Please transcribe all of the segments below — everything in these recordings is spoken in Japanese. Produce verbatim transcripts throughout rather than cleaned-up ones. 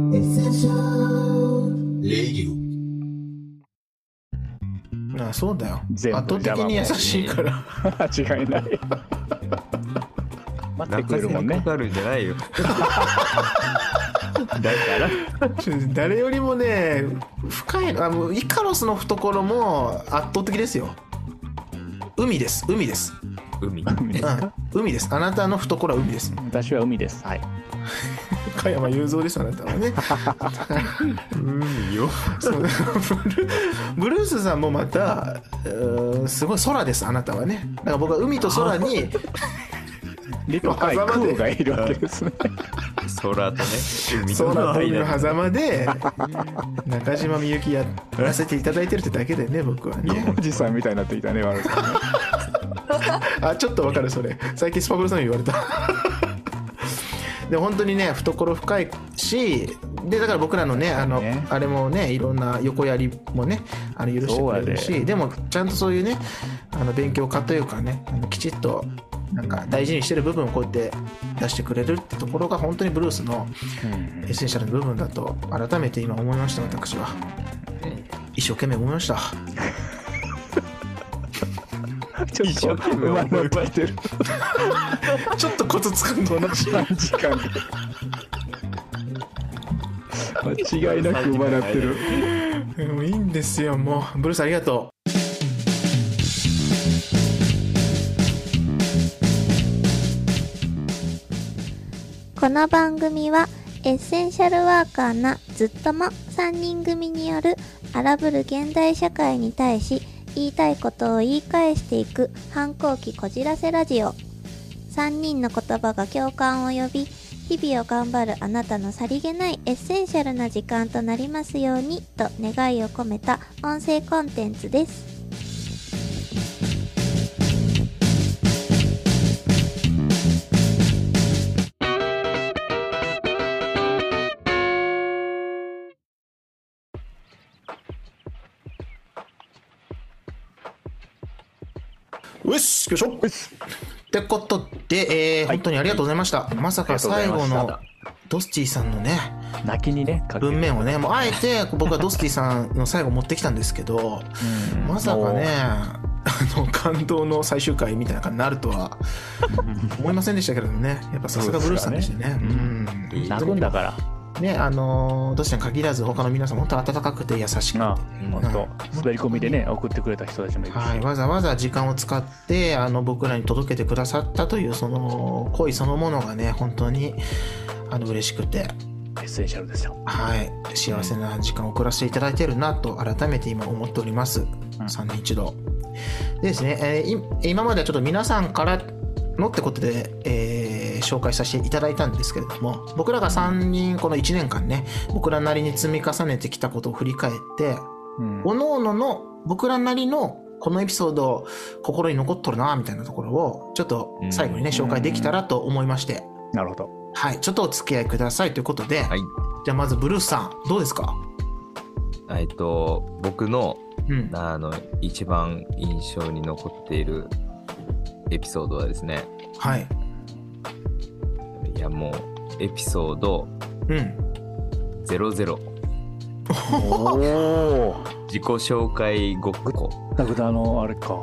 エッセンシャルレディオ。ああ、そうだよ。圧倒的に優しいから間違いない待ってくれるもんね。 かかるんじゃないよだから誰よりもね深い。あのイカロスの懐も圧倒的ですよ。海です海です海海ですか、 うん、海です。あなたの懐は海です。 私は海です。はい。 加山雄三です。あなたはね海よそうブルースさんもまたすごい空です。あなたはね。だから僕は海と空にリと深い空がいるわけですね空とね海空のと海の間狭間で中島みゆきやらせていただいてるってだけでね、僕はね。 おじさんみたいになってきたね、ワルさんねあ、ちょっとわかるそれ。最近スパブルさんに言われたで本当にね懐深いし、でだから僕らのねあのねあれもねいろんな横やりもねあの許してくれるし、でもちゃんとそういうねあの勉強家というかねあのきちっとなんか大事にしてる部分をこうやって出してくれるってところが本当にブルースのエッセンシャルな部分だと改めて今思いました。私は一生懸命思いましたちょっと馬乗ってきてるちょっとコツつかんと同じさんじかん間違いなく馬乗ってるもういいんですよ。もうブルースありがとう。 この番組はエッセンシャルワーカーなずっともさんにん組による荒ぶる現代社会に対し言いたいことを言い返していく反抗期こじらせラジオ。さんにんの言葉が共感を呼び、日々を頑張るあなたのさりげないエッセンシャルな時間となりますようにと願いを込めた音声コンテンツです。 よしよいしょってことで、えーはい、 本当にありがとうございました。まさか最後のドスティさんのね泣きにね文面をねもうあえて僕はドスティさんの最後持ってきたんですけどまさかねあの感動の最終回みたいな感じになるとは思いませんでしたけれどもね。やっぱさすがブルースさんでしたね。うん泣くんだからね、あのドスティさん限らず他の皆さん本当温かくて優しくて、 あ本当滑り込みでね送ってくれた人たちもいるし、 はい、わざわざ時間を使ってあの僕らに届けてくださったというその恋そのものがね本当にあの嬉しくてエッセンシャルですよ。 はい、幸せな時間を送らせていただいているなと改めて今思っております、うん、さんにん一度でですね、えー、今まではちょっと皆さんからのってことで、えー、紹介させていただいたんですけれども、僕らがさんにんこのいちねんかんね僕らなりに積み重ねてきたことを振り返って、うん、各々の僕らなりのこのエピソード心に残っとるなみたいなところをちょっと最後にね、うん、紹介できたらと思いまして、 なるほど、 はい、ちょっとお付き合いくださいということで、はい、じゃあまずブルースさんどうですか。 えっと僕の、 うん、 あの一番印象に残っているエピソードはですね、 はい、 いやもうエピソードゼロゼロ、 おお自己紹介ごっこだけどあのあれか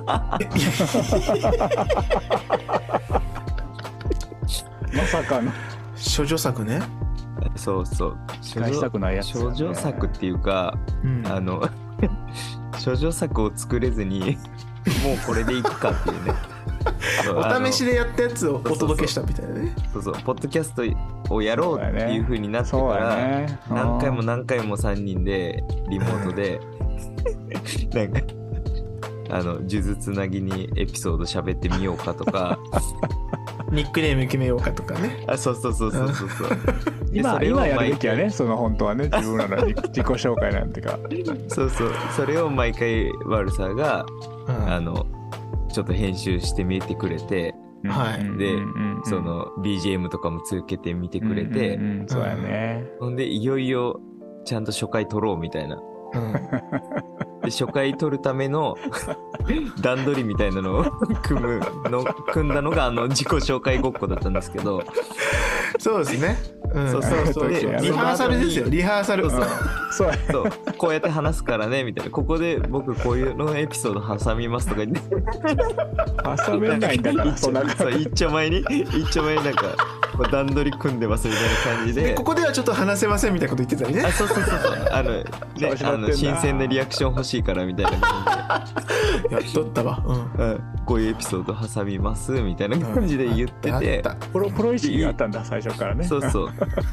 まさかの処女作ね。 そうそう返したくないやつ、ね、 処女作っていうか、うん、あの処女作を作れずにもうこれでいくかっていうねお試しでやったやつをお届けしたみたいなね。 そうそうポッドキャストをやろうっていう風になってから、ね、何回も何回もさんにんでリモートでなんかあの数珠つなぎにエピソード喋ってみようかとかニックネーム決めようかとかね。 あそうそうそうそうそうそう今今やるべきはねその本当はね自分らの自己紹介なんてかそうそうそれを毎回ワルサーが、うん、あのちょっと編集してみてくれて、 はい、 で、うんうんうん、その ビージーエム とかもつけてみてくれて、 うんうんうん、そうやね。 ほんでいよいよちゃんと初回撮ろうみたいな、うん、で初回撮るための段取りみたいなのを組むの組んだのがあの自己紹介ごっこだったんですけどそうですね、 うん、そうそうそうでリハーサルですよリハーサル。 そうそうそうこうやって話すからねみたいな、ここで僕こういうのエピソード挟みますとか言って挟めないんだからそんなそう一丁前に一丁前になんか段取り組んでますみたいな感じ で, でここではちょっと話せませんみたいなこと言ってたりね。 あそうそうそうそうあの、ね、あの新鮮なリアクション欲しいからみたいな感じでやっとったわ、うんうん、こういうエピソード挟みますみたいな感じで言ってて、 うん、プロプロ意識があったんだ最初からね。 そうそう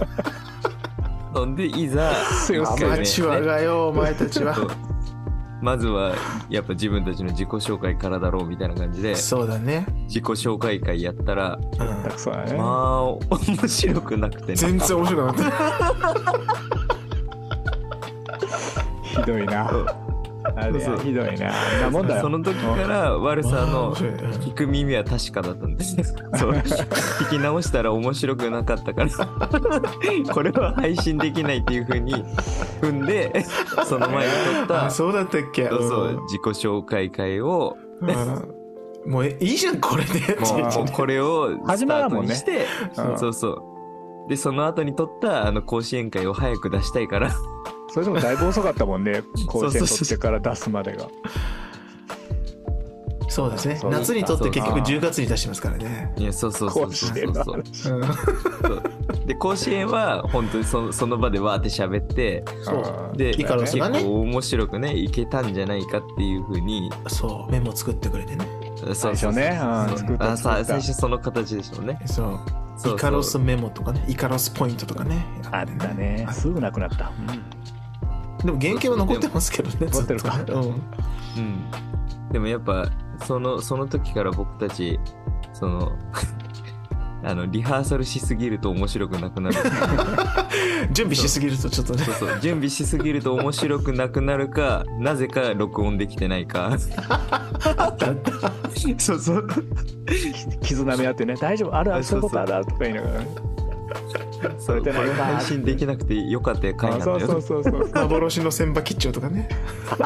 でいざアマチュアがよお前たちはまずはやっぱ自分たちの自己紹介からだろうみたいな感じで、 そうだね自己紹介会やったら、 うんそうだね、 まあ面白くなくて、ね、 全然面白くなかったひどいなあれはひどいななもんだよ。 その時から悪さの聞く耳は確かだったんですそう聞き直したら面白くなかったからこれは配信できないっていう風に踏んで、その前に撮ったあそうだったっけ。 そうそう自己紹介会を、 うん、もういいじゃんこれでもうこれをスタートにして、ね、そうそうでその後に撮ったあの甲子園会を早く出したいからそれでもだいぶ遅かったもんね甲子園撮ってから出すまでが。 そうですね、夏に撮って結局じゅうがつに出してますからね。 いやそうそうそうそうそうそうそうで甲子園は本当に そ, その場でわーって喋ってそうでイカロスがね結構面白くねいけたんじゃないかっていう風にそうメモ作ってくれてね。 最初ね、うん、作った作った最初その形でしょうね。 そうそうイカロスメモとかねイカロスポイントとかねあったね。すぐなくなった、 うん、でも原型は残ってますけどね。 残ってるかうん、うん、でもやっぱそのその時から僕たちそのあのリハーサルしすぎると面白くなくなる準備しすぎるとちょっとねそうそう準備しすぎると面白くなくなるかなぜか録音できてないかあったあったそうそう絆め合ってね大丈夫あるあるそういうことあるあるとか言いながらねそれで配信できなくてよかったよ回なんだよ。 そうそうそうそう幻の千葉吉兆とかね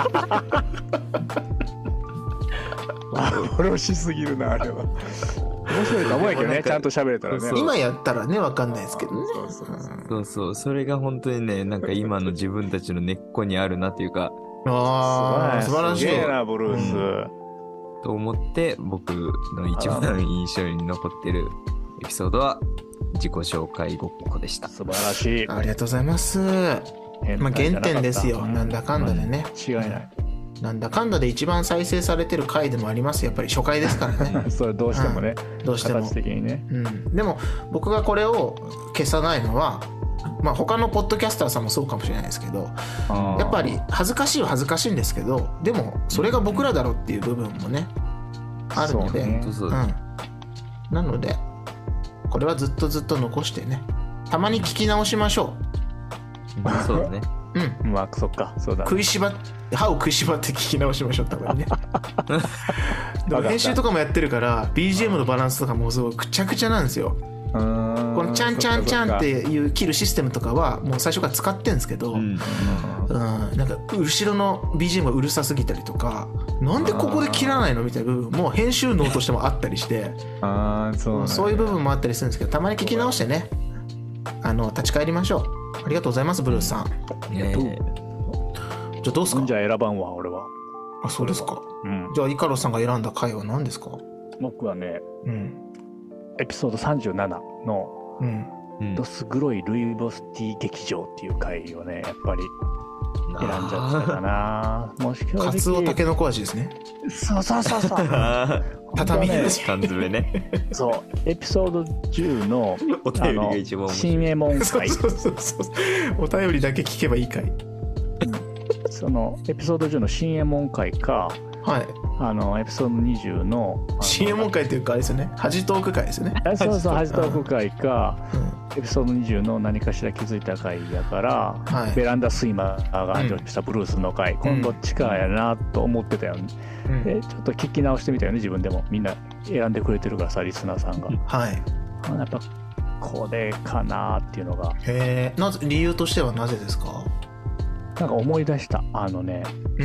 幻しすぎるなあれは。面白いと思うやけどねちゃんと喋れたらね。 今やったらね分かんないですけどね。 そうそうそうそうそうそれが本当にねなんか今の自分たちの根っこにあるなっていうかああ素晴らしいすげえなブルース、うん、 と思って僕の一番印象に残ってるエピソードは自己紹介ごっこでした。 素晴らしい。 ありがとうございます。まあ原点ですよ、うん、なんだかんだでね、 うん、違いない。 なんだかんだで一番再生されてる回でもあります。やっぱり初回ですからねそれどうしてもね、 うん、どうしても形的にね、 うん、でも僕がこれを消さないのはまあ他のポッドキャスターさんもそうかもしれないですけどやっぱり恥ずかしいは恥ずかしいんですけどでもそれが僕らだろうっていう部分もねあるので、ねうん、なのでこれはずっとずっと残してねたまに聞き直しましょうそうだねうん、 まあそっかそうだ、ね、 食いしば歯を食いしばって聞き直しましょうたまにねでも編集とかもやってるから ビージーエム のバランスとかもすごいくちゃくちゃなんですよ。このチャンチャンチャンっていう切るシステムとかはもう最初から使ってるんですけど、うん、なんか後ろの ビージーエム がうるさすぎたりとかなんでここで切らないのみたいな部分も編集能としてもあったりしてあ そう、ね、そういう部分もあったりするんですけどたまに聞き直してねあの立ち返りましょう。ありがとうございますブルースさん。 えー、 じゃあどうすか。 じゃあ選ばんわ俺は。 あそうですか、 うん、 じゃあイカロスさんが選んだ回は何ですか。 僕はね、 うん、 エピソードさんじゅうななの、 うん、 どす黒いルイボスティー劇場っていう回をねやっぱり選んじゃったかな。もしカツオタケノコ味ですね。 そうそうそうそう畳です缶詰ね。 そうエピソードじゅうのお便りが一番面白い新右衛門会そうそうそうそうお便りだけ聞けばいい回そのエピソードじゅうの新右衛門会かはいあのエピソードにじゅうの新右衛門会っていうかあれですよね恥トーク会ですよね。 そうそう恥トーク会か、うん、エピソードにじゅうの何かしら気づいた回やから、はい、ベランダスイマーが誕生したブルースの回、うん、このどっちかやなと思ってたよね、うん、でちょっと聞き直してみたよね自分でもみんな選んでくれてるからさリスナーさんがはいやっぱこれかなっていうのがへえなぜ理由としてはなぜですか。 なんか思い出したあのね、 うん、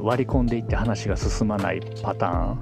あと俺らが今よくやってる割り込んでいって話が進まないパターン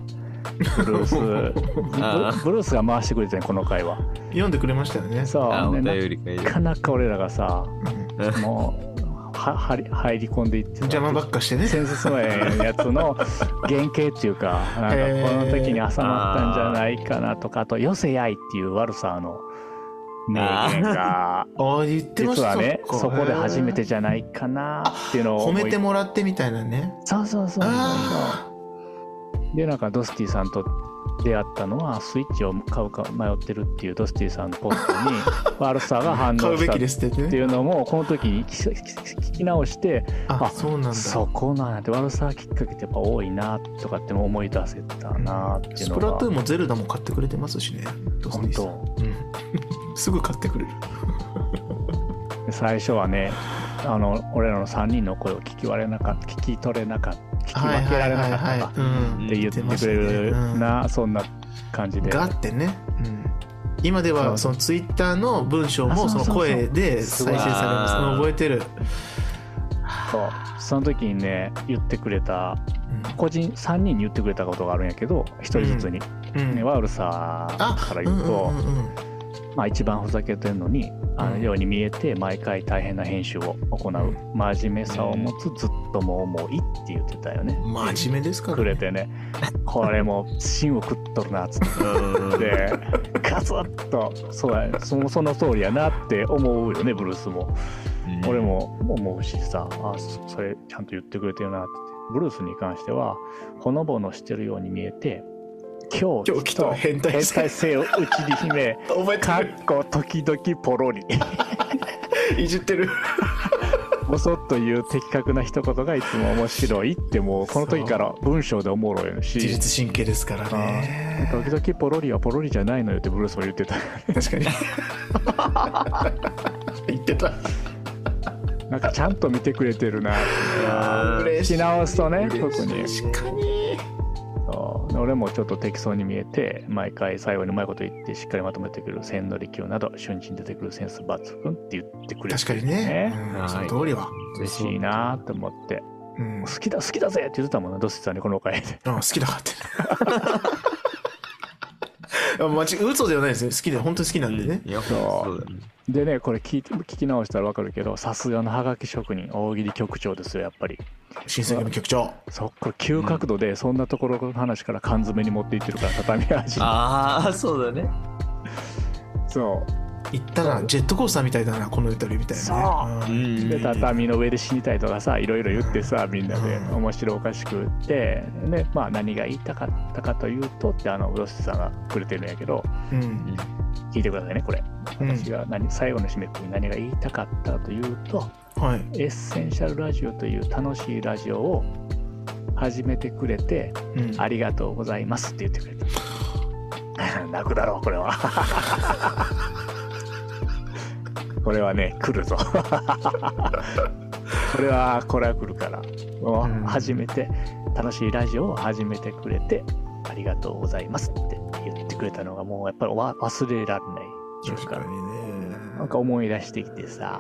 ブルースブルースが回してくれてねこの回は読んでくれましたよね。 そうね、なかなか俺らがさ、うん、もうはは入り込んでいって邪魔ばっかしてねセンススのやつの原型っていうかなんかこの時に挟まったんじゃないかなとか、あと「よせやい」っていう悪さの名言があ言ってました実はねそこで初めてじゃないかなっていうのを褒めてもらってみたいなね。 そうそうそうそうでなんかドスティさんと出会ったのはスイッチを買うか迷ってるっていうドスティさんのポストに悪さが反応したっていうのもこの時に聞き直して、 あそうなんだ、 そこなんて悪さきっかけってやっぱ多いなとかっても思い出せたなっていうのが。 スプラトゥーンもゼルダも買ってくれてますしねドスティさん。本当、うん、すぐ買ってくれる最初はねあの俺らのさんにんの声を聞き割れなかった聞き取れなかった聞き分けられなかったって言ってくれるな、そんな感じでガってね、うん、今ではそのツイッターの文章もその声で再生されます。覚えてる。 そうその時にね言ってくれた、うん、個人さんにんに言ってくれたことがあるんやけどひとりずつに、うんね、ワウルさから言うと、うんうんうんうん、まあ、一番ふざけてるのにあのように見えて毎回大変な編集を行う、うん、真面目さを持つずっとも思いって言ってたよね。 真面目ですからねくれてねこれもう芯を食っとるなっつってガツッとそうや そ, その通りやなって思うよねブルースも、うん、俺も思うしさあそれちゃんと言ってくれてるなって。ブルースに関してはほのぼのしてるように見えて狂気と変態性を内に秘めかっこ時々ポロリいじってるぼそっと言う的確な一言がいつも面白いってもうこの時から文章でおもろいし自律神経ですからね。 時々ポロリはポロリじゃないのよってブルースも言ってた確かに言ってた。 なんかちゃんと見てくれてるなってし直すとね特に確かに俺もちょっと適当に見えて毎回最後にうまいこと言ってしっかりまとめてくる千利休など瞬時に出てくるセンス抜群って言ってくれて、ね、 確かにね、うん、その通りは嬉しいなと思って、うん、好きだ好きだぜって言ってたもんなドスティさんにこの回でああ好きだってマジ嘘ではないですよ。好きで本当に好きなんでね。 いやそうだね。でねこれ聞いて聞き直したら分かるけどさすがのハガキ職人大喜利局長ですよやっぱり。 新選組局長。 そっこれ急角度でそんなところの話から缶詰に持っていってるから畳味。 ああそうだね。 そう言ったらジェットコースターみたいだなこの歌りみたいなね。 そう、うん、で畳の上で死にたいとかさいろいろ言ってさみんなで面白おかしく言ってで、まあ、何が言いたかったかというとってあのロスさんがくれてるんやけど、うん、聞いてくださいねこれ、うん、私が何最後の締めくくり何が言いたかったというと、はい、エッセンシャルラジオという楽しいラジオを始めてくれて、うん、ありがとうございますって言ってくれた泣くだろうこれはこれはね来るぞこれはこれは来るからもう初めて楽しいラジオを始めてくれてありがとうございますって言ってくれたのがもうやっぱり忘れられない瞬間。確かにね。なんか思い出してきてさ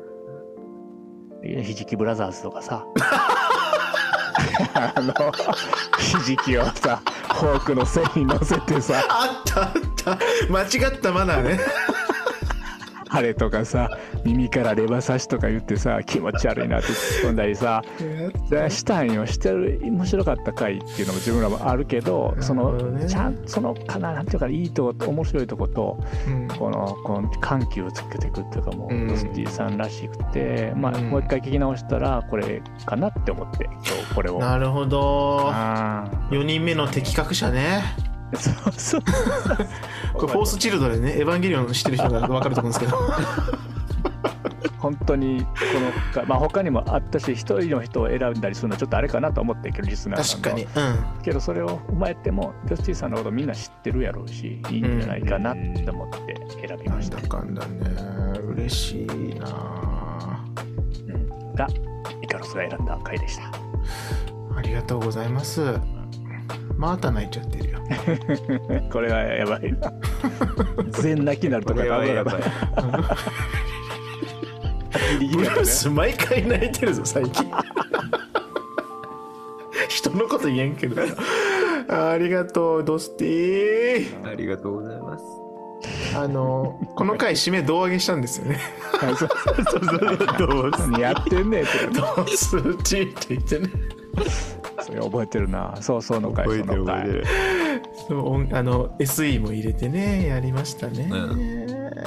ひじきブラザーズとかさあのひじきをさフォークの線に乗せてさあったあった間違ったマナーねあれとかさ耳からレバ刺しとか言ってさ気持ち悪いなって突っ込んだりさしたんよしてる面白かった回っていうのも自分らもあるけどそのちゃんそのかななんていうかいいとこ面白いとこと、うん、このこの緩急をつけていくっていうかもう、うん、ドスティさんらしくてまあ、うん、もう一回聞き直したらこれかなって思って今日これをなるほどよにんめの的確者ねそうそうこれフォースチルドレンねエヴァンゲリオン知ってる人が分かると思うんですけど本当にこのまあ他にもあったし一人の人を選んだりするのはちょっとあれかなと思ってるけどリスナーさんの確かに、うん、 けどそれを踏まえてもドスティさんのことみんな知ってるやろうしいいんじゃないかなって思って選びました、 うん、なんだかんだね嬉しいな、 うん、がイカロスが選んだ回でした。 ありがとうございます。また泣いちゃってるよこれはやばいな全泣きになるとかやばいやばいブルース毎回泣いてるぞ最近人のこと言えんけどありがとうドスティ。 ありがとうございます。 あのこの回締め胴上げしたんですよね。 そうそうそう何やってんねんってドスティって言ってね。 それ覚えてるな。そうそうの回。 覚えてる覚えてる。 そうあの エスイー も入れてねやりましたね。 うん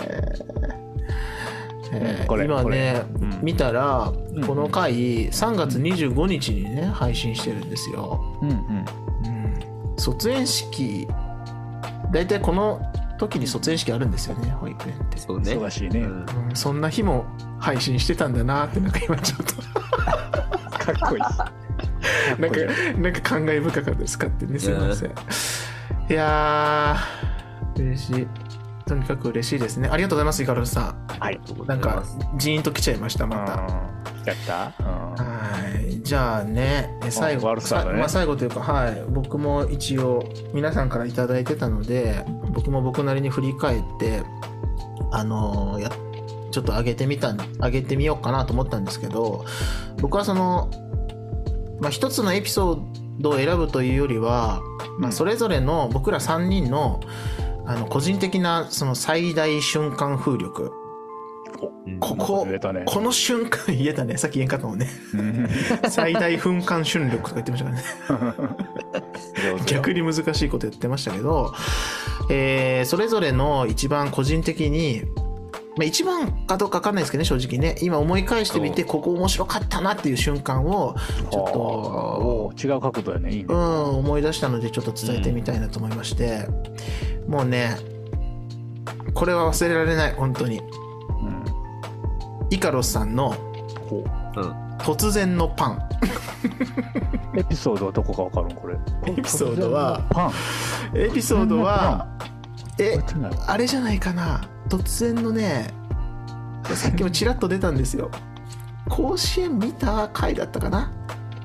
えー、今ね、うん、見たら、うん、この回さんがつにじゅうごにちにね配信してるんですよ。うんうんうん、卒園式だいたいこの時に卒園式あるんですよね、保育園って。 そうね。 忙しいね、 うんうん。そんな日も配信してたんだなってなんか今ちょっとかっこいい。 なんかなんか感慨深かったですかってね、すいません。いやー嬉しい。とにかく嬉しいですね。ありがとうございます、イカロスさん。 はい。 なんかジーンときちゃいましたまた。 やった。 はい。じゃあね、最後、ね、まあ最後というか、はい。僕も一応皆さんからいただいてたので、僕も僕なりに振り返ってあのー、やちょっと上げてみた上げてみようかなと思ったんですけど、僕はそのまあ一つのエピソードを選ぶというよりは、まあそれぞれの僕らさんにんのあの個人的なその最大瞬間風力、ここ、ね、この瞬間言えたね、さっき言えんかったもんね最大瞬間瞬力とか言ってましたからね逆に難しいこと言ってましたけど、えー、それぞれの一番個人的に、まあ、一番かどうか分かんないですけどね、正直ね、今思い返してみてここ面白かったなっていう瞬間をちょっと違う角度やね、いいね、 うん、思い出したのでちょっと伝えてみたいなと思いまして、うん、もうねこれは忘れられない本当に、うん、イカロスさんの、うん、突然のパンエピソードはどこか分かるのこれ。 エピソードはパンエピソードはえあれじゃないかな、突然のね、さっきもちらっと出たんですよ甲子園見た回だったかな。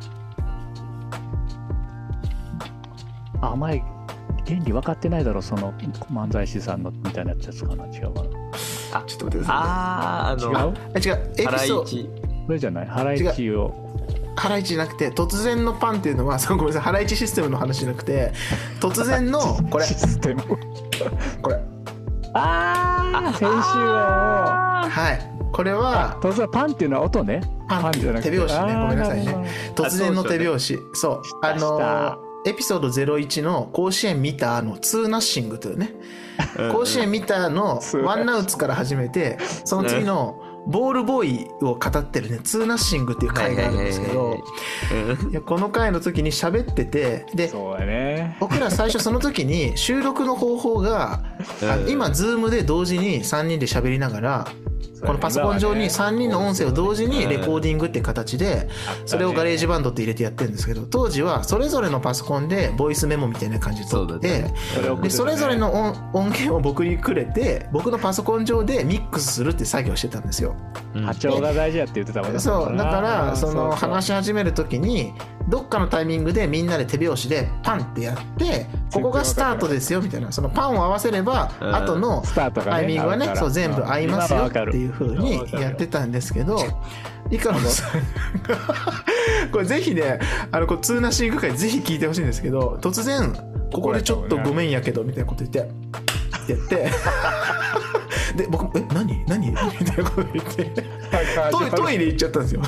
あ、前原理分かってないだろその漫才師さんのみたいなやつかな、違うかな。 あ、ちょっと待ってください、ね、 あーあの違うあ違うエピソードそれじゃない、ハライチをハライチじゃなくて突然のパンっていうのはそのごめんなさい、ハライチシステムの話じゃなくて突然のこれシステムこれああ先週ははいこれは突然パンっていうのは音ね、 パンっていう手拍子ね、ごめんなさいね、突然の手拍子、そうあのエピソードゼロいちの甲子園見たのツーナッシングというね甲子園見たのワンナウツから始めてその次のボールボーイを語ってるねツーナッシングっていう回があるんですけど、いやこの回の時に喋ってて、でそうだね、 僕ら最初その時に収録の方法が今ズームで同時にさんにんで喋りながらこのパソコン上にさんにんの音声を同時にレコーディングっていう形でそれをガレージバンドって入れてやってるんですけど、当時はそれぞれのパソコンでボイスメモみたいな感じで撮ってでそれぞれの 音, 音源を僕にくれて僕のパソコン上でミックスするって作業してたんですよ。 波長が大事やって言ってたもんね。 そうだからその話し始める時にどっかのタイミングでみんなで手拍子でパンってやってここがスタートですよみたいな、そのパンを合わせれば後のタイミングはねそう全部合いますよっていう風にやってたんですけど、イカロスさんがこれぜひねあのこうツーナッシング会ぜひ聞いてほしいんですけど、突然ここでちょっとごめんやけどみたいなこと言ってって言ってで僕え何何みたいなこと言ってトイ、トイレ行っちゃったんですよ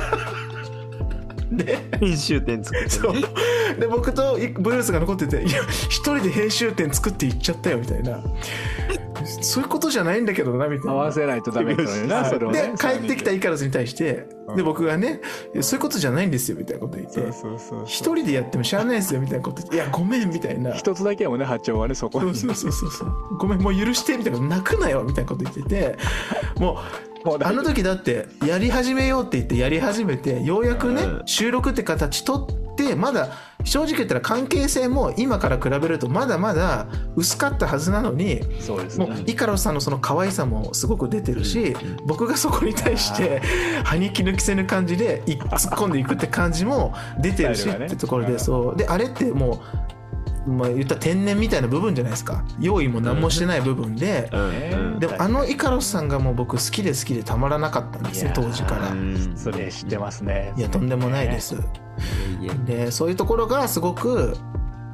で編集点作って、ね、 そうで僕とブルースが残ってて、いや一人で編集点作って行っちゃったよみたいなそういうことじゃないんだけどなみたいな、 合わせないとダメだよなそれをね。 で帰ってきたイカロスに対してで僕がねそういうことじゃないんですよみたいなこと言って、一人でやってもしゃあないですよみたいなこと言って、いやごめんみたいな、 一つだけやもんね波長はねそこに、 そうそうそうそうごめんもう許してみたいな、泣くなよみたいなこと言ってて、もうあの時だってやり始めようって言ってやり始めてようやくね収録って形取ってまだ正直言ったら関係性も今から比べるとまだまだ薄かったはずなのに、 そうですね、 もうイカロスさんのその可愛さもすごく出てるし、うん、僕がそこに対して歯に気抜きせぬ感じで突っ込んでいくって感じも出てるしってところで、そうであれってもうまあ、言ったら天然みたいな部分じゃないですか、用意も何もしてない部分で、うん、でもあのイカロスさんがもう僕好きで好きでたまらなかったんですよ当時から。 それ知ってますね。 いやとんでもないです、ね、でそういうところがすごく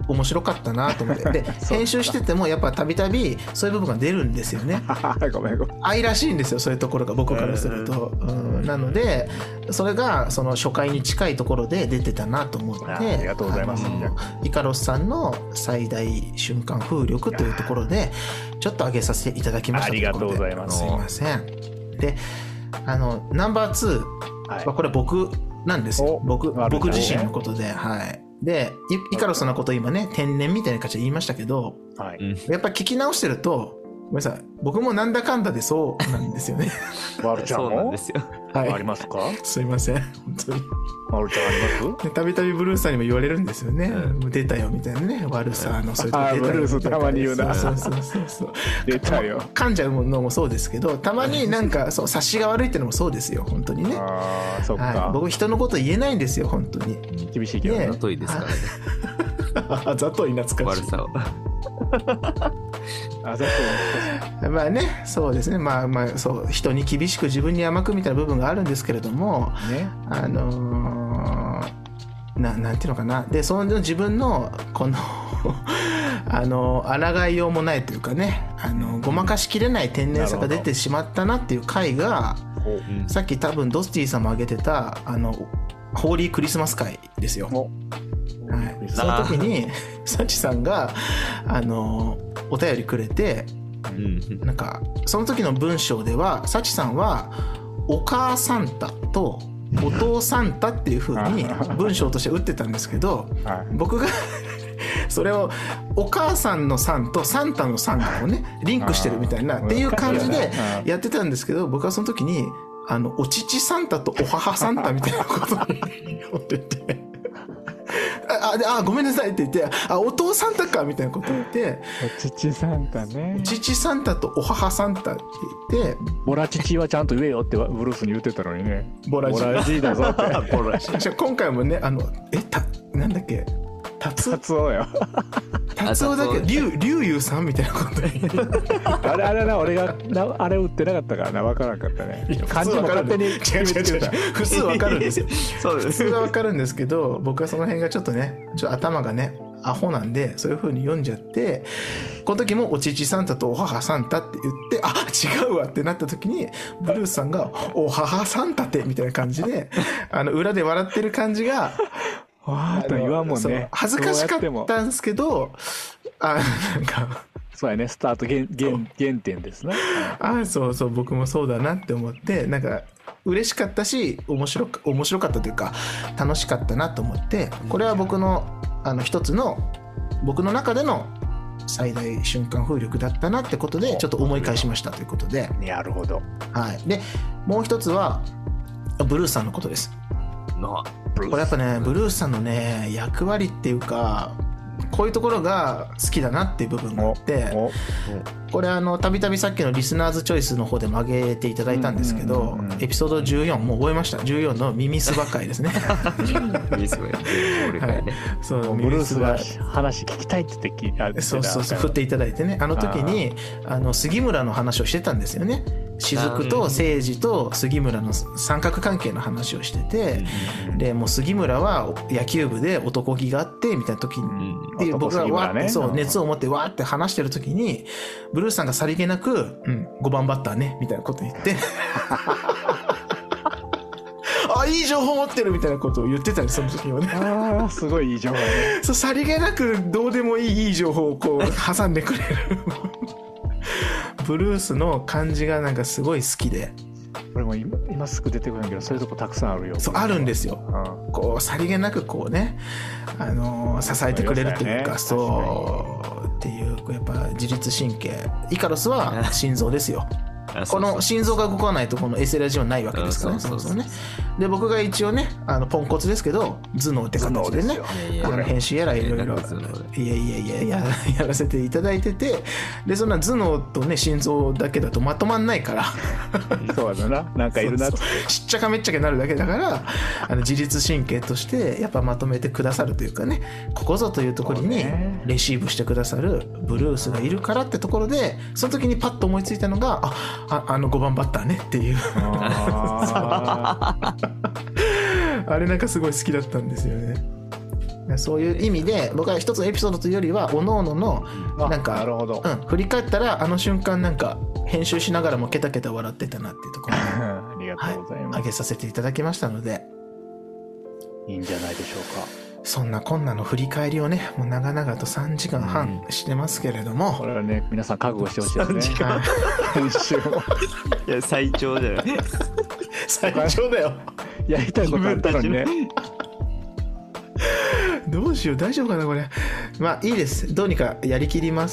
面白かったなと思ってで編集しててもやっぱたびたびそういう部分が出るんですよねごめんごめん愛らしいんですよそういうところが僕からすると、うん、なのでそれがその初回に近いところで出てたなと思ってありがとうございます。 イカロスさんの最大瞬間風力というところでちょっと上げさせていただきました。 ありがとうございます。 すいません。であのナンバーツー、はい、これ僕なんですよ。僕僕自身のことで、はい。でイカロスのこと今ね天然みたいな感じで言いましたけど、はい、やっぱ聞き直してるとごめんなさい僕もなんだかんだでそうなんですよねマルちゃんもそうなんですよ、 はい、 ありますか。 すいません本当にマルちゃんあります。 たびたびブルースさんにも言われるんですよね、うん、出たよみたいなね悪さのそういうとこ出たよブルースたまに言うなそうそうそうそう出たよ噛んじゃうのもそうですけどたまになんかそう察しが悪いっていうのもそうですよ本当にねああそっか、 はい、僕人のこと言えないんですよ本当に厳しいけどねざといですからねざとい懐かしい悪さをあざといまあねそうですねまあまあそう人に厳しく自分に甘くみたいな部分があるんですけれども、ね、あのー、な, なんていうのかなでその自分のこのあの抗いようもないというかねあのごまかしきれない天然さが出てしまったなっていう回がさっき多分ドスティさんも挙げてたあのホーリークリスマス会ですよ。はい、その時にサチさんがあのお便りくれて、うん、なんかその時の文章ではサチさんはお母サンタとお父サンタっていう風に文章として打ってたんですけど僕がそれをお母さんのさんとサンタのさんをねリンクしてるみたいなっていう感じでやってたんですけど僕はその時にあのお父サンタとお母サンタみたいなことに思っててああごめんなさいって言ってあお父サンタかみたいなこと言ってお父サンタねお父サンタとお母サンタって言ってボラ父はちゃんと言えよってブルースに言ってたのにねボラ父だぞってボラ父今回もねあのえたなんだっけタツタツオよタツオだけどリュウリュウユウさんみたいなことあれあれな俺がなあれ打ってなかったからな分からなかったね漢字も勝手に違う違う違う普通分かるんですよそうです普通は分かるんですけど僕はその辺がちょっとねちょっと頭がねアホなんでそういう風に読んじゃってこの時もお父サンタとお母サンタって言ってあ違うわってなった時にブルースさんがお母サンタてみたいな感じであの裏で笑ってる感じがわーっと言わんもんね恥ずかしかったんですけどあなんかそうやねスタート 原, 原, 原点ですねあそうそう僕もそうだなって思ってなんか嬉しかったし面白か面白かったというか楽しかったなと思ってこれは僕のあの一つの僕の中での最大瞬間風力だったなってことでちょっと思い返しましたということでなるほど、 はい、でもう一つはブルースさんのことです。これやっぱねブルースさんのね役割っていうかこういうところが好きだなっていう部分があってこれあのたびたびさっきのリスナーズチョイスの方でも上げていただいたんですけどエピソードじゅうよんもう覚えましたじゅうよんの耳すば会ですね耳すば会ねそうブルースが話聞きたいって言って聞いたそうそうそう振っていただいてねあの時にあの杉村の話をしてたんですよね雫と誠治と杉村の三角関係の話をしててでもう杉村は野球部で男気があってみたいな時にで僕がわーってそう熱を持ってわーって話してる時にブルースさんがさりげなく、うん、ごばんバッターねみたいなこと言ってあいい情報持ってるみたいなことを言ってたんですその時はねああすごいいい情報ねそうさりげなくどうでもいいいい情報をこう挟んでくれるブルースの感じがなんかすごい好きでこれも 今, 今すぐ出てこないけどそういうとこたくさんあるよそうあるんですよ、うん、こうさりげなくこうね、あのー、支えてくれるというか、ね、そうっていうやっぱ自律神経イカロスは心臓ですよこの心臓が動かないとこのエスラジオないわけですからね。そうそうそうね。で僕が一応ねあのポンコツですけど頭脳って形でねあの編集やらいろいろいやいやいやいややらせていただいててでそんな頭脳とね心臓だけだとまとまんないからそうだななんかいるなってしっちゃかめっちゃかになるだけだからあの自律神経としてやっぱまとめてくださるというかねここぞというところにレシーブしてくださるブルースがいるからってところでその時にパッと思いついたのがああ, あのごばんバッターねっていうあ, あれなんかすごい好きだったんですよねそういう意味で僕は一つのエピソードというよりはおのおののなんかなるほど、 うん、振り返ったらあの瞬間なんか編集しながらもケタケタ笑ってたなっていうところでありがとうございます、 はい、上げさせていただきましたのでいいんじゃないでしょうか。 そんなこんなの振り返りをねもう長々とさんじかんはんしてますけれども、 うん、これはね皆さん覚悟してほしいですね。編集もいや最長だよね最長だよやりたいことあったのにねどうしよう大丈夫かなこれ。まあいいです、どうにかやりきります。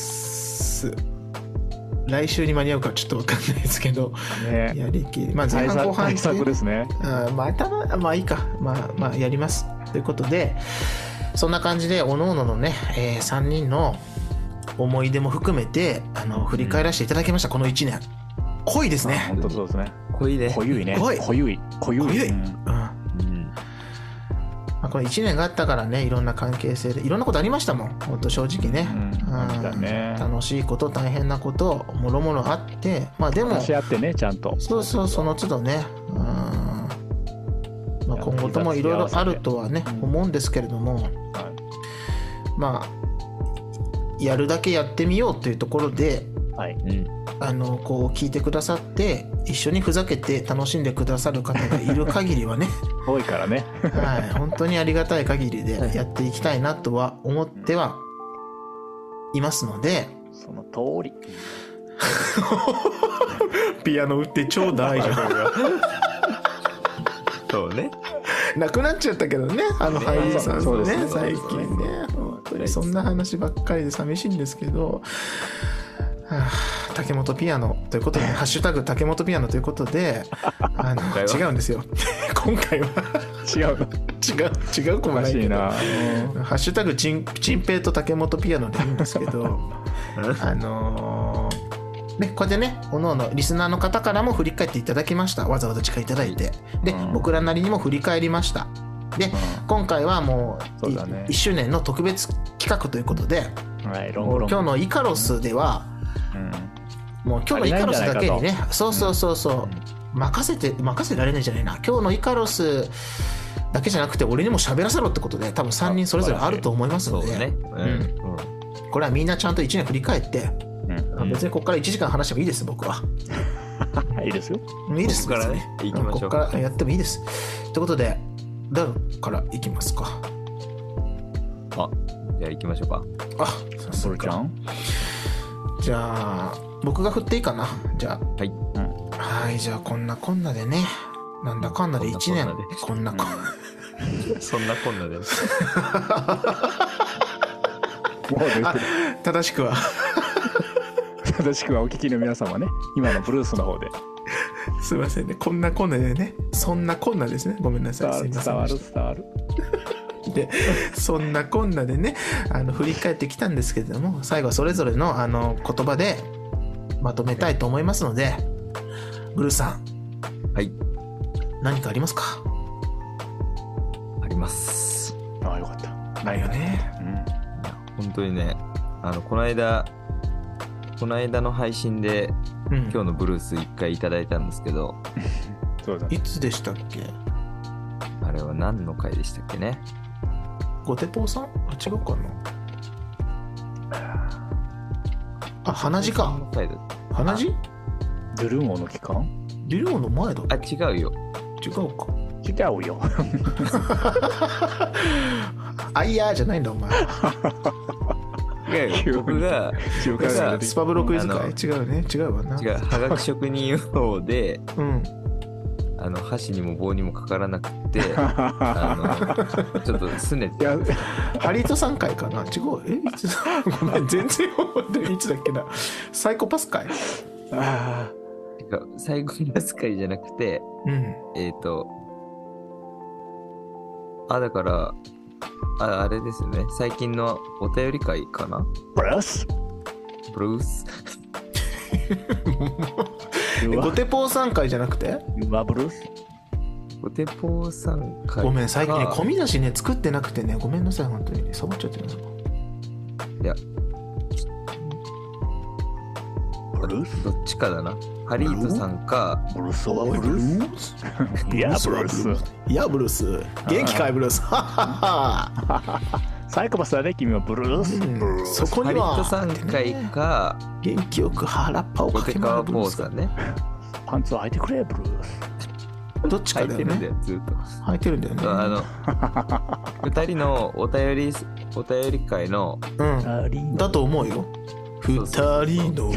来週に間に合うかちょっと分かんないですけど、ね、やりきりまあ前半後半対策ですね。 あまあたままあいいかまあまあやりますということで、そんな感じでおのおののね、えー、さんにんの思い出も含めてあの振り返らせていただきました、うん、このいちねん濃いですね。 本当そうですね。 濃いね。 濃ゆいね。 濃い濃ゆい濃ゆい、 濃ゆい、 うんうんまあ、このいちねんがあったからねいろんな関係性でいろんなことありましたもん本当正直ね、 うんうんね、 楽しいこと大変なこともろもろあってまあでも話し合ってねちゃんとそうそうその都度ねうん、まあ、今後ともいろいろあるとはね思うんですけれども、はい、まあやるだけやってみようというところで、はいうん、あのこう聞いてくださって一緒にふざけて楽しんでくださる方がいる限りはね多いからねはい、本当にありがたい限りでやっていきたいなとは思ってはいますので、 その通りピアノ打ってちょうだいじゃんそうねなくなっちゃったけどねあの俳優さんのね最近ね本当にそんな話ばっかりで寂しいんですけど、はあ、竹本ピアノということで、ハッシュタグ竹本ピアノということであの違うんですよ今回は違う違う違う子もないけど、ハッシュタグチンチンペイと竹本ピアノでいいんですけどあのー、ねこうやってねおのおのリスナーの方からも振り返っていただきました。わざわざ時間いただいてで、うん、僕らなりにも振り返りました。で、うん、今回はもう、ね、いっしゅうねんの特別企画ということで、はい、ロングロング今日のイカロスでは、うん、もう今日のイカロスだけにねそうそうそうそう、うん、任せて任せられないじゃないな今日のイカロスだけじゃなくて俺にも喋らせろってことで多分さんにんそれぞれあると思いますので、ねうんうん、これはみんなちゃんといちねん振り返って、うん、別にここからいちじかん話してもいいです僕はいいですよいいですここからね行きましょうここからやってもいいですということで誰から行きますか。 あじゃあ行きましょうか。 あさすがちゃんじゃあ僕が振っていいかな。じゃあはい、うん、はいじゃあこんなこんなでねなんだかんだでいちねんこんなこんなでそんなこんなで正しくは正しくはお聞きの皆様ね今のブルースの方ですいませんねこんなこんなでねそんなこんなですねごめんなさい伝わる伝わるでそんなこんなでねあの振り返ってきたんですけれども最後はそれぞれのあの言葉でまとめたいと思いますのでブルースさんはい何かありますか。 あります。 ああよかったないよね、 うん、本当にねあのこの間この間の配信で、うん、今日のブルース一回いただいたんですけどそうだいつでしたっけ。 あれは何の回でしたっけね。 ゴテポーさんあ違うかなあ鼻血か鼻血ドゥルーモの期間ドゥルーモの前だあ違うよ違うか違うよあいやーじゃないんだお前違うよ僕が僕がスパブロクイズ会違うね違うわな違うはがき職人用で、 うん、 あの箸にも棒にもかからなくてあのちょっとすねてハリートさん回かな違うえいつごめん全然いつだっけなサイコパス会ああサイコパス会じゃなくて、うん、えっ、ー、とあだからああれですよね最近のお便り会かな。 ブルースブルースゴテポーさん会じゃなくてブルースゴテポーさん会ごめん最近ね込み出しね作ってなくてねごめんなさい本当にサボっちゃってるの。 いやかどっちかだな。ハリートさんかブルースはブルースいやブルースいやブルース元気かいブルースサイコパスだね君はブルース、 うん、そこにはハリートさん回か元気よく腹っぱをかけまるブルースさんね。 パンツを履いてくれブルースどっちかだよね。 履いてるんだよずっと履いてるんだよね。 あの二人のお便りお便り会のうんだと思うよ。二人の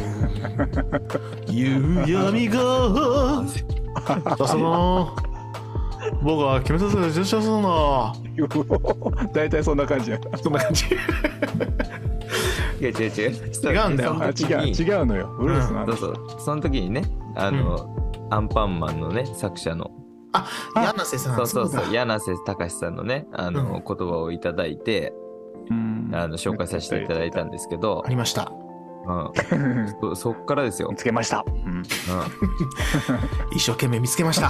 夕闇がだその僕は決めさせて実写するな。 大体そんな感じや。 そんな感じ。 いや違う違う違うんだよ。 違う違うのよ。ブルースなんだ。そうそうその時にねあの、うん、アンパンマンのね作者のあ柳瀬さんそうそうそう柳瀬隆さんのねあの、うん、言葉をいただいて、うん、あの紹介させていただいたんですけどありました。 うん、そ, そっからですよ。 見つけました、うんうん、 一生懸命見つけました。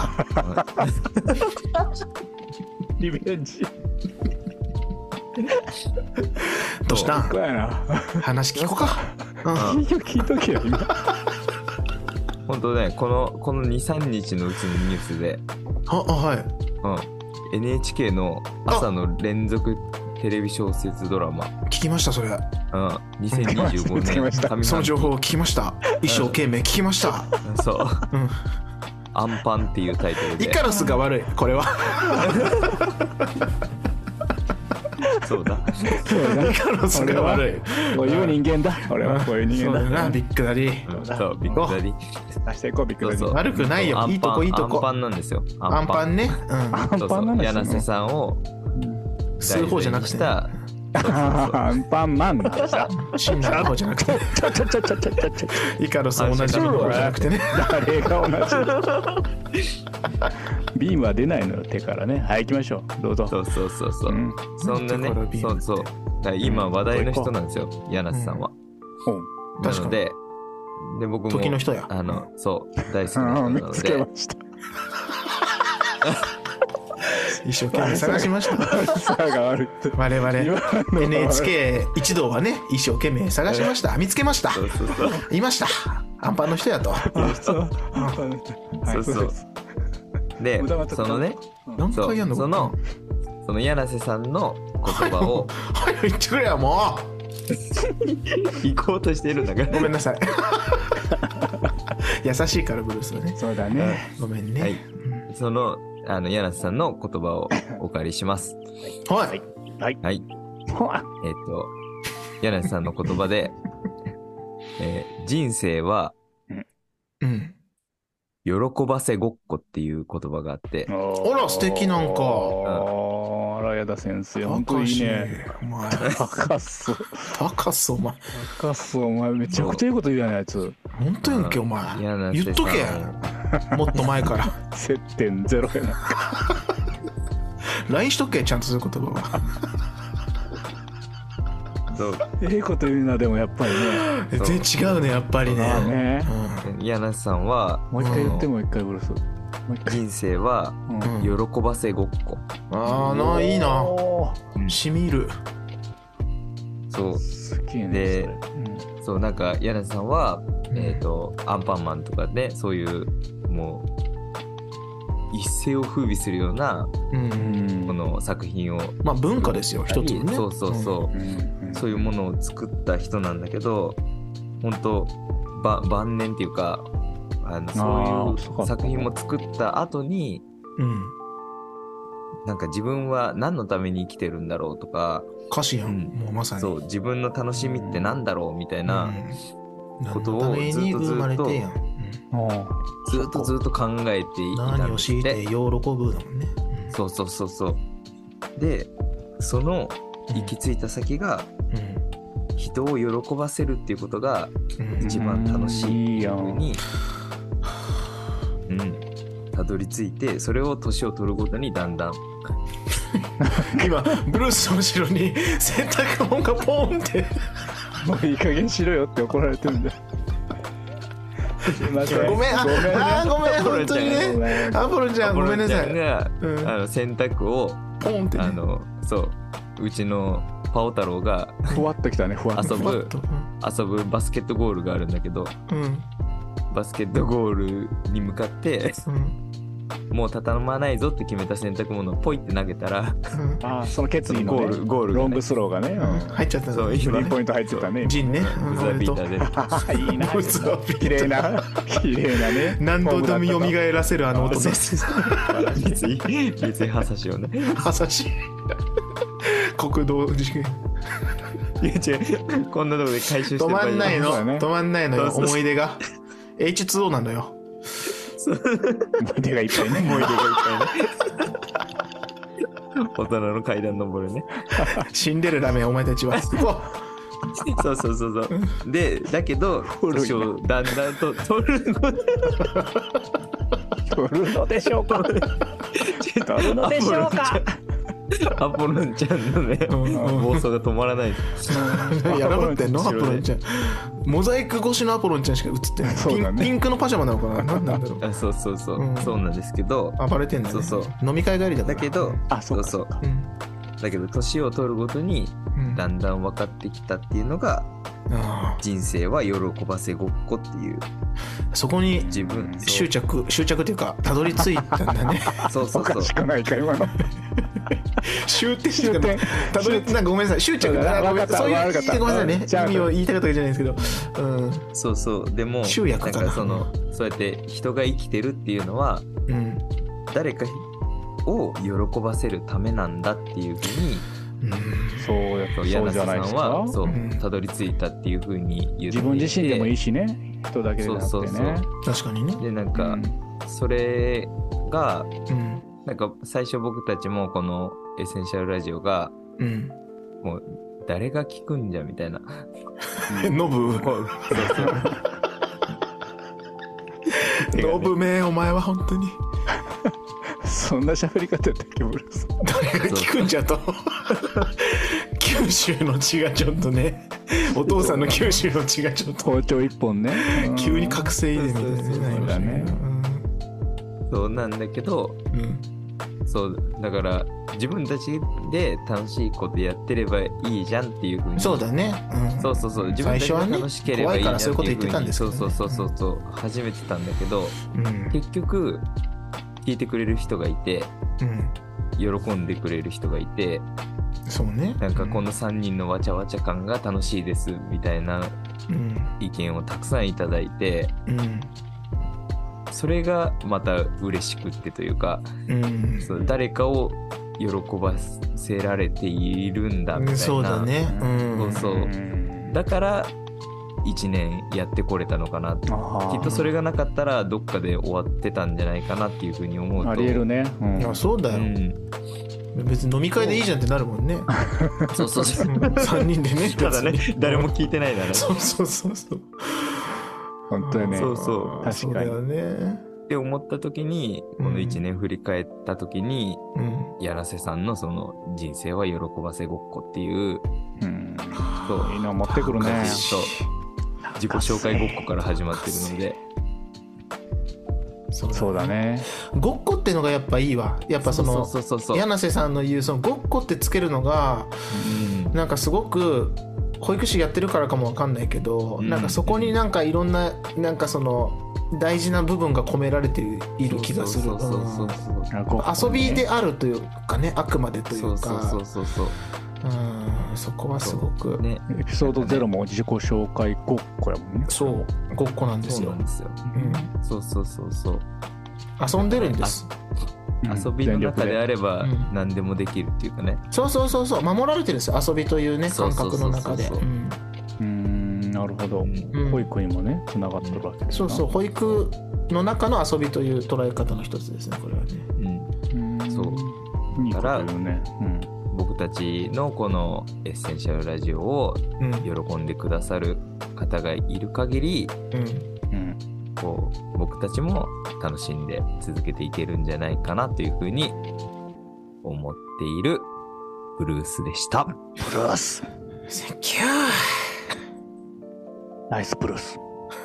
リベンジどうしたん話聞こうか、 うん、聞いとけよ今本当ねこのこの にさんにちのうちのニュースでああはい、 うん、エヌエイチケー の朝の連続テレビ小説ドラマ聞きましたそれ、 うん、にせんにじゅうごねんその情報を聞きました。一生懸命聞きました、 うん、そう、うん、アンパンっていうタイトルでイカロスが悪いこれはそうだイカロスが悪いこういう人間だ俺はこういう人間だ。 そうだなビッグダディ、 うん、そうビッグダディ出していこうビッグダディ。 そうそう悪くないよいいとこいいとこアンパンなんですよ。 アンパンね、 うん、アンパンなんですよ。 柳瀬さんを吸う方じゃなくてアンパンマンなんだ。 死んだ方じゃなくてちょちょちょちょちょちょちょイカロス同じの方じゃなくてね誰が同じビームは出ないのよ手からね。はい行きましょうどうぞ。 そうそうそうそう、うん、そんなねそうそうだ今話題の人なんですよ、うん、柳瀬さんは、うん、なのでで僕も時の人やあのそう大好きな人なので見つけました一生懸命探しました我々 エヌエイチケー 一同はね一生懸命探しました。見つけました。 そうそうそういましたアンパンの人やとそうそうでそのね何回やんのそのその柳瀬さんの言葉を早く言ってくれよもう行こうとしてるんだからごめんなさい優しいからブルースはね。 そうだねごめんね、 はい、そのあの柳瀬さんの言葉をお借りします。 はいはい、 はい、えっと柳瀬さんの言葉で、えー、人生は、 うん、 喜ばせごっこっていう言葉があって。 あら素敵なんか。 あらやだ先生本当いいね。 お前高っそ高っそお前高っそお前めちゃくちゃいいこと言うやんあいつ。 本当やんけお前言っとけもっと前から接点ゼロやなライン しとけちゃんとする言葉はそうええこと言うな。でもやっぱりね全然違うねやっぱりね。 ね、 うん、柳瀬さんはもう一回言って、うん、もう一回ブルース人生は喜ばせごっこ、 うん、ああないいなしみる。 そうすげえねで、うん、そうなんか柳瀬さんは、うん、えっ、ー、とアンパンマンとかでそういうもう一世を風靡するような、うん、この作品をまあ文化ですよ一つね。 そうそうそう、うん、そういうものを作った人なんだけど本当ば晩年っていうかあのそういう作品も作った後に、うん、なんか自分は何のために生きてるんだろうとか歌詞やん、うん、もうまさにそう自分の楽しみってなんだろうみたいなことをずっとずっとずっとずっと考えていたんですって。 何を強いて喜ぶだもんね、 うん、そうそうそうそうでその行き着いた先が、うん、人を喜ばせるっていうことが一番楽しいっていう風にうん、たどり着いてそれを年を取るごとにだんだん今ブルースの後ろに洗濯物がポンってもういい加減しろよって怒られてるんだごめんあごめん、ね、あごめん本当にねアポロちゃんごめんなさいが、うん、あの洗濯をポンって、ね、 あのそううちのパオ太郎がふわっときたね、ふわっと遊ぶ遊ぶバスケットゴールがあるんだけど、うん、バスケットゴールに向かって、うん、もう畳まないぞって決めた洗濯物をポイって投げたら、 うん、あその決意の、ね、ゴールゴール、ね、ロングスローがね、 うん、入っちゃった。 そう、スリーポイント入ってたね。 ジンね、 ブザービーターで。 いいな。ブザービーター。綺麗な綺麗なね。 何度でも蘇らせるあの音です。 三井三井ハサシをね。 ハサシ。国道事件。 いや違う、こんなとこで回収してる。 止まんないの、ね、止まんないのよ、思い出が エイチツーオー なのよ。 思い出がいっぱいね。 思い出がいっぱいね。大人の階段登るね。 死んでるラメお前たちは。 そうそうそうそう。でだけど年をだんだんと取る取るのでしょうか。取るのでしょうか。 アポロンちゃんのね、暴走が止まらない。 やらかってんのアポロンちゃん。モザイク越しのアポロンちゃんしか映ってない。そうだね、ピンクのパジャマなのかな。何なんだろう。 あ、そうそうそう、うん、そうなんですけど。 暴れてんだね。そうそう。飲み会帰りだから。 だけど、 あ、そうそう。 うん、だけど年を取るごとにだんだん分かってきたっていうのが、うん、人生は喜ばせごっこっていう。 そこに自分執着執着っていうかたどり着いたんだね。 そうそうそう。おかしくないか今の。 終点しかたどりなんかごめんなさい、執着がそういうごめんなさいね、意味を言いたかったわけじゃないですけど、うん、 そうそう。でも集約かな、 なんかそのそうやって人が生きてるっていうのは、うん、誰かを喜ばせるためなんだっていうふうに、 うん、そうやっぱそうじゃないですか。 はそうたどり着いたっていうふうに言っていて、 自分自身でもいいしね、人だけでなくてね。そうそうそう、 確かにね。 でなんか、うん、それが、うん、なんか最初僕たちもこのエッセンシャルラジオが、うん、もう誰が聞くんじゃみたいな。 ノブ。そうそう。ノブめお前は本当に。 そんな喋り方やったっけ、ブルース。 誰が聞くんじゃと。九州の血がちょっとね、お父さんの九州の血がちょっと包丁一本ね、 急に覚醒入れみたいになりましたね。 そうなんだけど、うん、そうだから自分たちで楽しいことやってればいいじゃんっていう風に。 そうだね、 うん、そうそうそう、自分たちが楽しければいいじゃんっていう風に、 ね、 そうそうそうそうそう、うん、始めてたんだけど、うん、結局聞いてくれる人がいて、うん、喜んでくれる人がいて、 そうね、 なんかこのさんにんのわちゃわちゃ感が楽しいですみたいな意見をたくさんいただいて、うん、それがまた嬉しくってというか、うん、そう誰かを喜ばせられているんだみたいな、 そうだね、 うん、そうそう、だからいちねんやってこれたのかなって。きっとそれがなかったらどっかで終わってたんじゃないかなっていうふうに思うと。 ありえるね、 うん、いやそうだよ、うん、別に飲み会でいいじゃんってなるもんね。 そうそうそう、 さんにんでね。 ただね、誰も聞いてないなら。 そうそうそうそう、 本当にね。 そうそう、 確かにね。 って思った時に、このいちねん振り返った時に、うん、柳瀬さんのその人生は喜ばせごっこっていう、うん、 そういいの持ってくるね。 そう自己紹介ごっこから始まってるので。 そうだね、そうだね。 ごっこってのがやっぱいいわ。やっぱその柳瀬さんの言うそのごっこってつけるのが、うん、なんかすごく保育士やってるからかもわかんないけど、うん、なんかそこになんかいろんななんかその大事な部分が込められている気がする。遊びであるというかね、あくまでというか。そうそうそうそう。うん、そこはすごく、 ね、エピソードゼロも自己紹介ごっこやもんね。 そうごっこなんですよ。 そうなんですよ、うん、そうそうそうそう、 遊んでるんです。 遊びの中であれば何でもできるっていうかね、 うん、そうそうそうそう、守られてるんですよ、遊びというね感覚の中で。うーん、なるほど、うん、保育にもねつながってるわけです。 そうそう、保育の中の遊びという捉え方の一つですね、これはね。 うん、そういいこと言うね、うん、 僕たちのこのエッセンシャルラジオを喜んでくださる方がいる限り、うんうん、こう僕たちも楽しんで続けていけるんじゃないかなというふうに思っているブルースでした。ブルース、 センキュー、 ナイスブルース。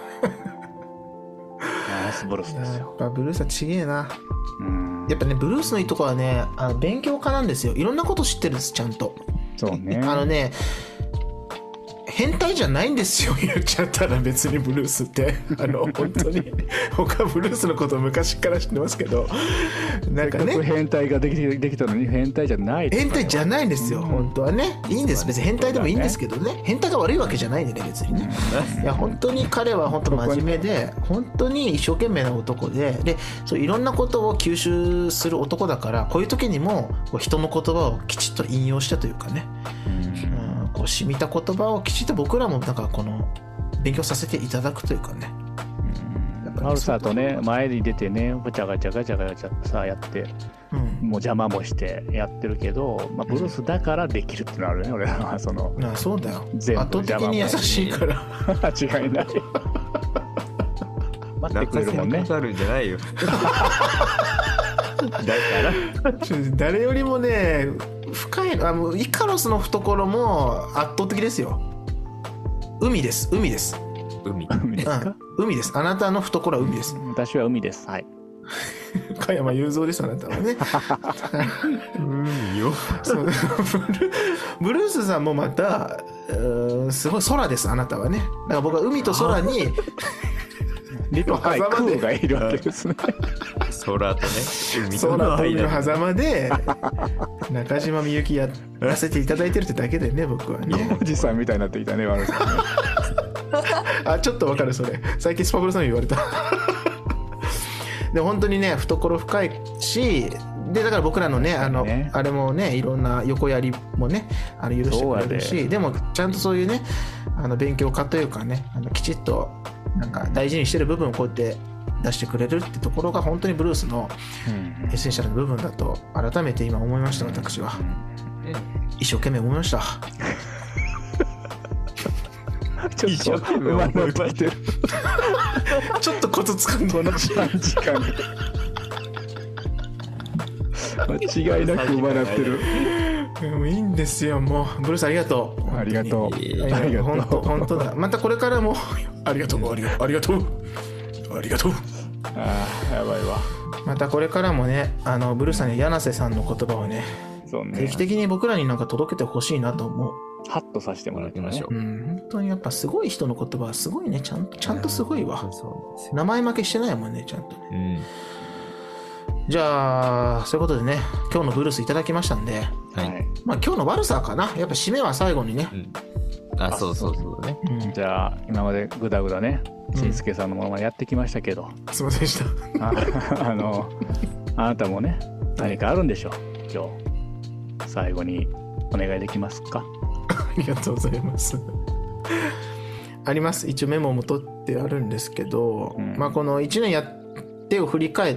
ナイスブルースですよ。 やっぱブルースはちげえな。うん、やっぱねブルースのいいとこはね、あの勉強家なんですよ。いろんなこと知ってるんです、ちゃんと。 そうね。 あのね、変態じゃないんですよ、言っちゃったら。別にブルースってあの本当に僕はブルースのことを昔から知ってますけど、なんかね、 変態ができてできたのに変態じゃない、 変態じゃないんですよ、うん、本当はね。いいんです、別に変態でもいいんですけどね、変態が悪いわけじゃないんでね、別にね。いや本当に彼は本当真面目で、本当に一生懸命な男で、でそういろんなことを吸収する男だから、こういう時にも人の言葉をきちっと引用してというかね、うん、こう染みた言葉をきちっと僕らもなんかこの勉強させていただくというかね。 マルサとね、前に出てね、ガチャガチャガチャガチャさやって、うん、もう邪魔もしてやってるけど、まあ、ブルースだからできるってのあるね、うん、俺らはその。 ああ、そうだよ。全部圧倒的に優しいから。 違いない。待ってくれるもんね。 かかるんじゃないよ。だから誰よりもね、深い、あのイカロスの懐も圧倒的ですよ。海です、海です。 海海ですか、 うん、海です。あなたの懐は海です。 私は海です。はい。 加山雄三です、あなたはね。 海よ。 そうブルースさんもまたすごい空です、あなたはね。だから僕は海と空に陸と海空がいるわけですね。 空とね、 海と空と海の狭間で中島みゆきやらせていただいてるってだけでね、僕はね。 おじさんみたいになってきたね、悪さんね。 あ、ちょっとわかる、それ。最近スパブルさんに言われた。で本当にね、懐深いし、でだから僕らのね、あのね、あれもね、いろんな横やりもね、あの許してくれるし、でもちゃんとそういうね、あの勉強家というかね、あのきちっとなんか大事にしてる部分をこうやって出してくれるってところが本当にブルースのエッセンシャルな部分だと改めて今思いました、私は。一生懸命思いました。 ちょっと馬乗ってきてる。 ちょっとコツつかんでこのさんじかん間違いなく馬なってる。 もういいんですよ、もうブルースありがとう。 ありがとう。 ありがとう。本当本当だ。またこれからもありがとう、ありがとう、ありがとう、ありがとう。 ああ、やばいわ。 またこれからもね、あのブルースさんに柳瀬さんの言葉をね、そうね、定期的に僕らになんか届けてほしいなと思う。 ハッとさせてもらいましょう。 うん、本当にやっぱすごい人の言葉はすごいね、ちゃんとちゃんとすごいわ。そう名前負けしてないもんね、ちゃんとね。うん、じゃあそういうことでね、今日のブルースいただきましたんで、はい、まあ今日の悪さかな、やっぱ締めは最後にね。 うん、あ、そうそうそうね。 うん、じゃあ今までグダグダね、しんすけさんのものまでやってきましたけど、 うん、すいませんでした。 あ, あのあなたもね、何かあるんでしょう。今日最後にお願いできますか。 ありがとうございます。あります。一応メモも取ってあるんですけど、うん、まあこのいちねんやってを振り返って、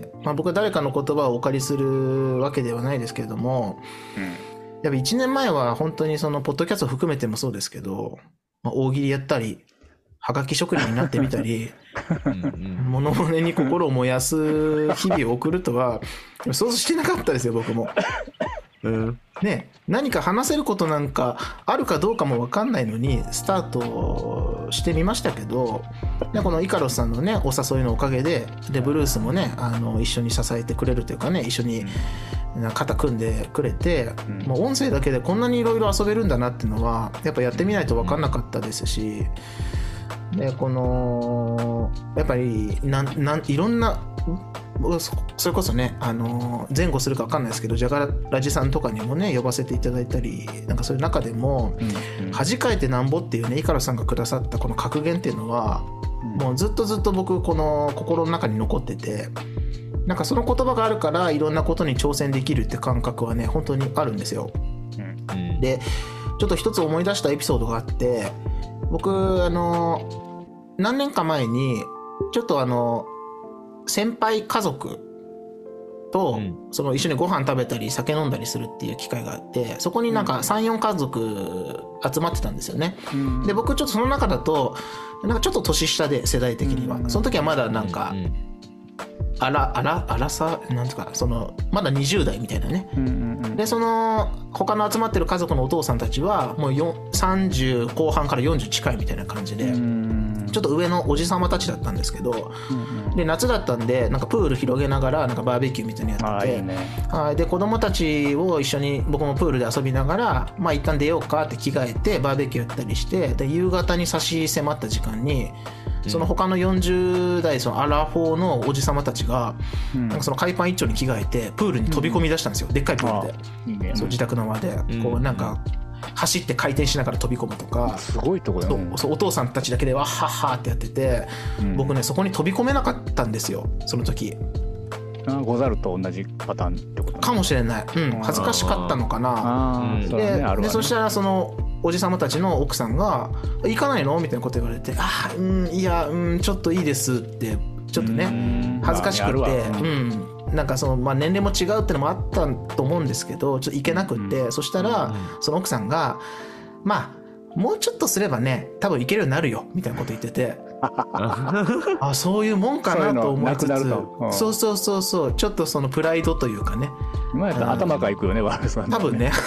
まあ、僕は誰かの言葉をお借りするわけではないですけれども、うん、やっぱいちねんまえは本当にそのポッドキャスト含めてもそうですけど、まあ、大喜利やったりはがき職人になってみたりモノマネに心を燃やす日々を送るとは想像してなかったですよ、僕も。うんね、何か話せることなんかあるかどうかも分かんないのにスタートしてみましたけど、でこのイカロスさんのねお誘いのおかげで、でブルースもねあの一緒に支えてくれるというかね、一緒に肩組んでくれて、うん、もう音声だけでこんなにいろいろ遊べるんだなっていうのはやっぱやってみないと分かんなかったですし、でこのやっぱりなんなんいろんなそれこそね、あの前後するか分かんないですけど、ジャガラジさんとかにもね呼ばせていただいたり、なんかそういう中でも、うんうん、恥かいてなんぼっていうねイカロスさんがくださったこの格言っていうのは、うん、もうずっとずっと僕この心の中に残ってて、なんかその言葉があるからいろんなことに挑戦できるって感覚はね本当にあるんですよ。うん、でちょっと一つ思い出したエピソードがあって、僕あの何年か前にちょっとあの先輩家族とその一緒にご飯食べたり酒飲んだりするっていう機会があって、そこになんか さん,よん 家族集まってたんですよね。で僕ちょっとその中だとなんかちょっと年下で世代的にはその時はまだなんかあらあらあらさなんとかそのまだにじゅう代みたいなね。でその他の集まってる家族のお父さんたちはもうさんじゅう後半からよんじゅう近いみたいな感じで、ちちょっと上のおじさまたちだったんですけど、うんうん、で夏だったんでなんかプール広げながらなんかバーベキューみたいなやってて、いいね、はい、で子供たちを一緒に僕もプールで遊びながら、まあ一旦出ようかって着替えてバーベキューやったりして、で夕方に差し迫った時間にその他のよんじゅう代そのアラフォーのおじさまたちが、うん、なんかその海パン一丁に着替えてプールに飛び込み出したんですよ、うん、でっかいプールで、いいね、そう自宅の間で、うん、こうなんか走って回転しながら飛び込むとか、 すごいとこだね。 そうそうお父さんたちだけでわっはっはってやってて、うん、僕ねそこに飛び込めなかったんですよその時。 あござると同じパターンってこと、ね、 かもしれない、うん、恥ずかしかったのかな。で、ねね、でそしたらそのおじさまたちの奥さんが行かないのみたいなこと言われて、あうんいやうんちょっといいですってちょっとね恥ずかしくて、まあ、うんなんかそのまあ年齢も違うってのもあったと思うんですけどちょっと行けなくって、うん、そしたらその奥さんがまあもうちょっとすればね多分行けるようになるよみたいなこと言っててあそういうもんかなと思いつつ、うん、そうそうそうそうちょっとそのプライドというかね今やったら頭からいくよね、ワールドさん、ね、 多分ね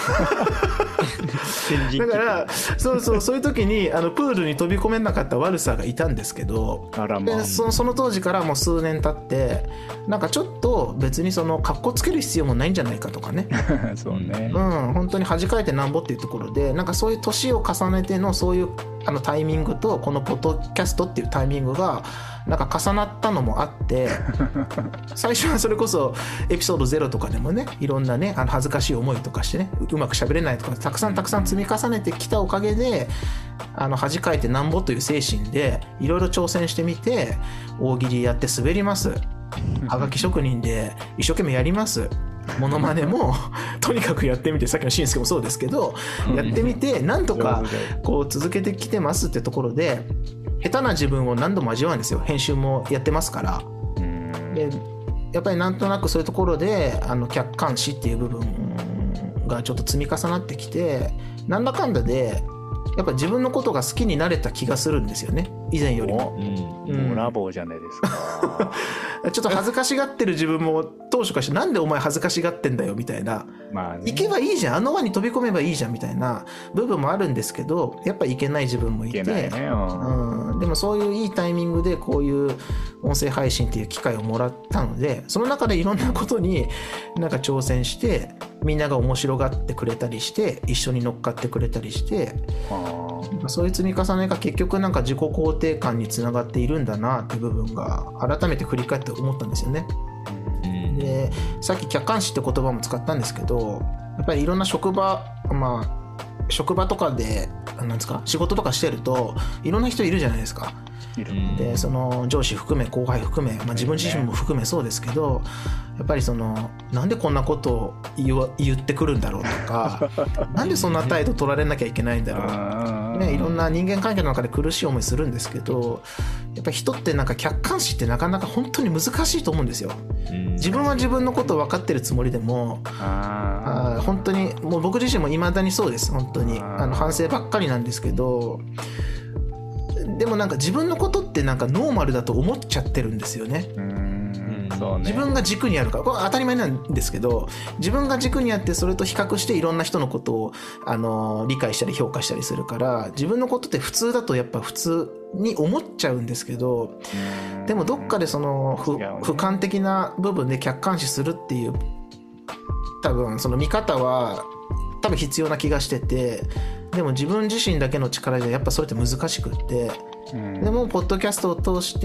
だからそうそうそういう時にあのプールに飛び込めなかったワルサーがいたんですけど、あら、まあ、で そ, その当時からもう数年経ってなんかちょっと別にそのカッコつける必要もないんじゃないかとかねそうね、 うん、本当に恥かいてなんぼっていうところでなんかそういう年を重ねてのそういうあのタイミングとこのポッドキャストっていうタイミングがなんか重なったのもあって最初はそれこそエピソードゼロとかでもねいろんなねあの恥ずかしい思いとかしてねうまく喋れないとかたくさんたくさん積み重ねてきたおかげであの恥かいてなんぼという精神でいろいろ挑戦してみて大喜利やって滑りますはがき職人で一生懸命やりますモノマネもとにかくやってみてさっきのしんすけもそうですけどやってみてなんとかこう続けてきてますってところで下手な自分を何度も味わうんですよ編集もやってますから。でやっぱりなんとなくそういうところであの客観視っていう部分がちょっと積み重なってきてなんだかんだでやっぱ自分のことが好きになれた気がするんですよね以前よりも、 うんうん、ラボじゃないですかちょっと恥ずかしがってる自分も当初からしてなんでお前恥ずかしがってんだよみたいな、まあね、行けばいいじゃんあの輪に飛び込めばいいじゃんみたいな部分もあるんですけどやっぱ行けない自分もいていけないね、うん、でもそういういいタイミングでこういう音声配信っていう機会をもらったのでその中でいろんなことになんか挑戦してみんなが面白がってくれたりして一緒に乗っかってくれたりしてそういう積み重ねが結局なんか自己肯定感につながっているんだなっていう部分が改めて振り返って思ったんですよね。でさっき客観視って言葉も使ったんですけどやっぱりいろんな職場まあ職場とかでなんですか仕事とかしてるといろんな人いるじゃないですか。でその上司含め後輩含め、まあ、自分自身も含めそうですけどやっぱりそのなんでこんなことを 言, わ言ってくるんだろうとかなんでそんな態度取られなきゃいけないんだろう、ね、いろんな人間関係の中で苦しい思いするんですけどやっぱり人ってなんか客観視ってなかなか本当に難しいと思うんですよ。自分は自分のことを分かってるつもりでもああ本当にもう僕自身も未だにそうです本当にあの反省ばっかりなんですけどでもなんか自分のことってなんかノーマルだと思っちゃってるんですよね。うーんそうね自分が軸にあるからこれは当たり前なんですけど自分が軸にあってそれと比較していろんな人のことをあの理解したり評価したりするから自分のことって普通だとやっぱ普通に思っちゃうんですけどでもどっかでそのふ俯瞰的な部分で客観視するっていう多分その見方は多分必要な気がしててでも自分自身だけの力じゃやっぱそれって難しくって、うん、でもポッドキャストを通して、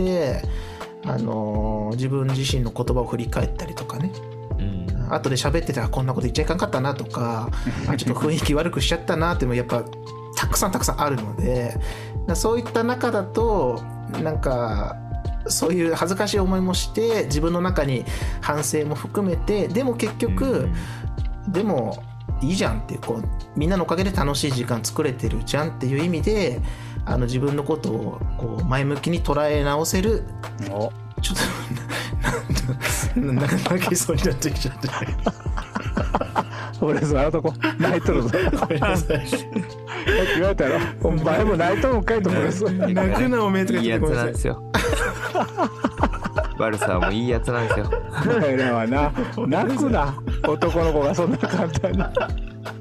あのー、自分自身の言葉を振り返ったりとかね、うん、後で喋ってたらこんなこと言っちゃいかんかったなとかあちょっと雰囲気悪くしちゃったなっていうのもやっぱたくさんたくさんあるのでそういった中だとなんかそういう恥ずかしい思いもして自分の中に反省も含めてでも結局、うん、でもいいじゃんっていうこうみんなのおかげで楽しい時間作れてるじゃんっていう意味であの自分のことをこう前向きに捉え直せるおちょっとなんか泣きそうになってきちゃって俺そのとこ泣いとるぞごめんなさい言われたらお前も泣いとるんかいと思います泣くなおめえとかいいやつなんですよバルサーもいいやつなんですよ俺らはな泣くな男の子がそんな簡単に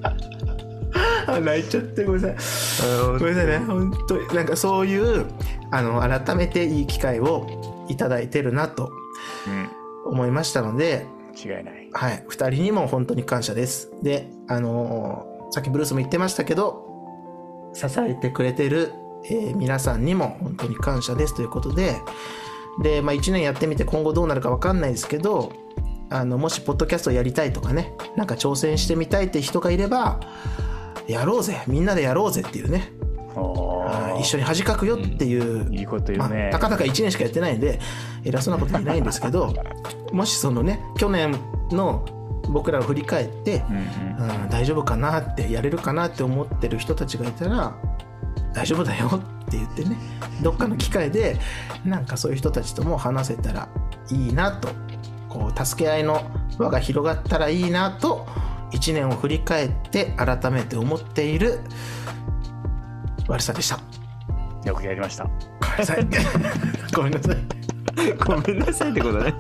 泣いちゃってごめんなさいごめんなさいね本当になんかそういうあの改めていい機会をいただいてるなと思いましたので、 うん、違いない。 はい、ふたりにも本当に感謝です。で、あのー、さっきブルースも言ってましたけど、支えてくれてる、えー、皆さんにも本当に感謝ですということで、で、まあ、いちねんやってみて今後どうなるか分かんないですけど、あのもしポッドキャストやりたいとかね、なんか挑戦してみたいって人がいれば、やろうぜ、みんなでやろうぜっていうね、一緒に恥かくよっていう、 うん、いいこと言うね、 まあ、たかだかいちねんしかやってないんで偉そうなこと言えないんですけどもしそのね、去年の僕らを振り返って、うんうんうん、大丈夫かなって、やれるかなって思ってる人たちがいたら、大丈夫だよって言ってね、どっかの機会でなんかそういう人たちとも話せたらいいなと、こう助け合いの輪が広がったらいいなといちねんを振り返って改めて思っている悪さでした。 よくやりました。 ごめんなさいごめんなさいってことね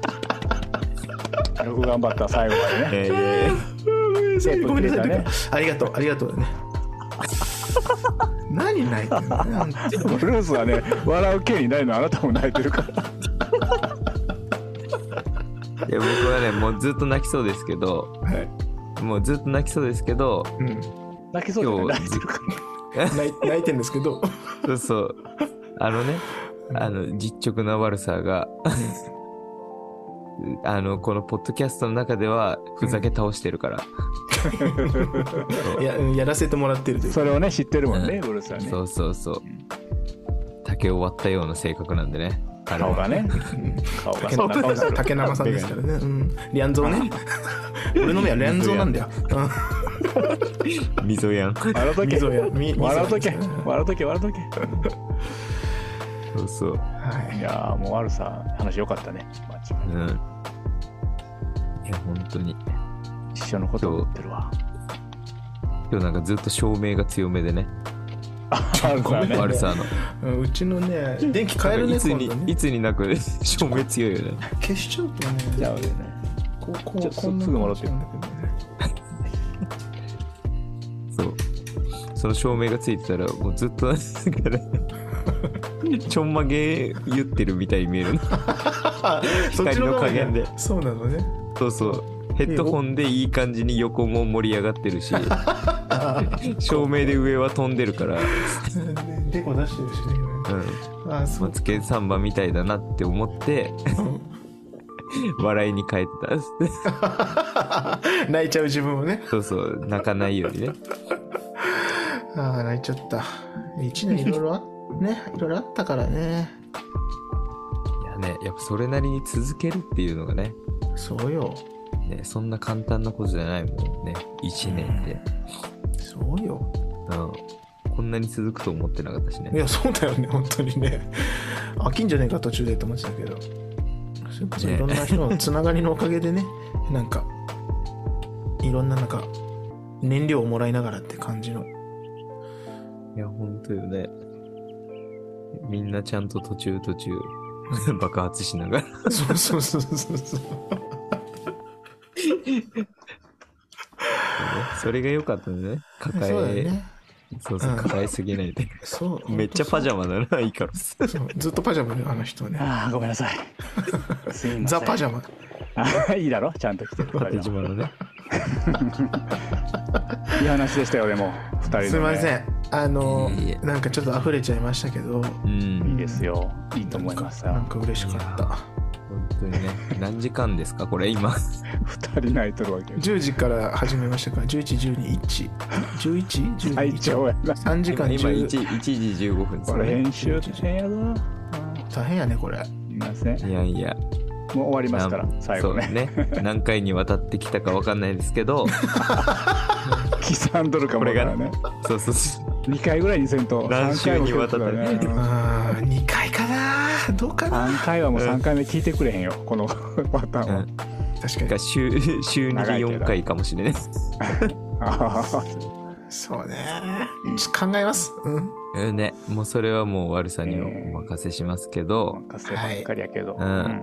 よく頑張った最後までね、 えー、ごめんなさい、ね、ありがとうありがとうね何泣いてるのねブルースはね、笑う権利ないのあなたも泣いてるからいや僕はね、もうずっと泣きそうですけど、はい、もうずっと泣きそうですけど、うん、 泣きそうで泣いてるから泣い泣いてるんですけどそうそうあのね、あの実直な悪さがあのこのポッドキャストの中ではふざけ倒してるから、 うん、や, やらせてもらってるという、 それをね知ってるもんね、うん、ブルースはね。 そうそうそう、竹を割ったような性格なんでね、 顔がね顔がそんな顔する竹生さんですからね、うん、リャンゾーね俺の目はリャンゾーなんだよ溝やん笑うとけ笑うとけ笑うとけ笑うとけそうそう、 はい、いやもう悪さ話よかったね、間違いない、うん、 いや本当に一緒のことを言ってるわ。 今日なんかずっと照明が強めでね、悪さのうちのね電気変えるね、 いつに、ね、いつになく照明強いよね。 消しちゃうとね、 じゃあね、 こうこうこんなのもらってるんだけどねそうその照明がついてたらもうずっとちょんまげ言ってるみたいに見えるの光の加減で。 そうなのね。 そうそうヘッドホンでいい感じに横も盛り上がってるし照明で上は飛んでるからデコ出してるしね、 うん、あそうマツケンサンバみたいだなって思って笑いに変えてた泣いちゃう自分をね。 そうそう泣かないようにねああ泣いちゃった。いちねんいろいろあねいろいろあったからね。 いやねやっぱそれなりに続けるっていうのがね。 そうよね、そんな簡単なことじゃないもんね、いちねんで。 そうよ、 うん、こんなに続くと思ってなかったしね。 いやそうだよね本当にね飽きんじゃねえか途中でと思ってたけど、それこそいろんな人のつながりのおかげでね、ねなんかいろんななんか燃料をもらいながらって感じの。 いや本当よね、みんなちゃんと途中途中爆発しながらそうそうそうそうそうそれが良かったね。抱え、そうだね、そうそう、抱えすぎないで。そう。めっちゃパジャマだな、イカロス。 ずっとパジャマね、あの人ね。 ああ、ごめんなさい。 すいません。ザ・パジャマ。 あいいだろ、ちゃんと着てる。 パジャマのね。 いい話でしたよ、でも、二人の、ね。 すいません。あの、いいなんかちょっと溢れちゃいましたけど。 うん。いいですよ。いいと思いますよ。 なんか嬉しかった。 本当にね。何時間ですかこれ今二人泣いとるわけじゅうじから始めましたからじゅういち、じゅうに、いち じゅういち、じゅうに、いちさんじかん今 1, 1時じゅうごふんです、 ね、これ編集大変やぞ大変やねこれ。 すみません。 いやいやもう終わりますから最後ね。 ね何回にわたってきたかわかんないですけど刻んどるかもからね。 そうそうそうにかいぐらいにせんと何週にわたって、ね、 あにかいかなどうかな。 さんかいはもうさんかいめ聞いてくれへんよこのパターンは、うん、 確かに週週にでよんかいかもしれないそうねちょっと考えます、 うん、ねもうそれはもう悪さにお任せしますけど、 えー、任せばっかりやけど、 はい、うん、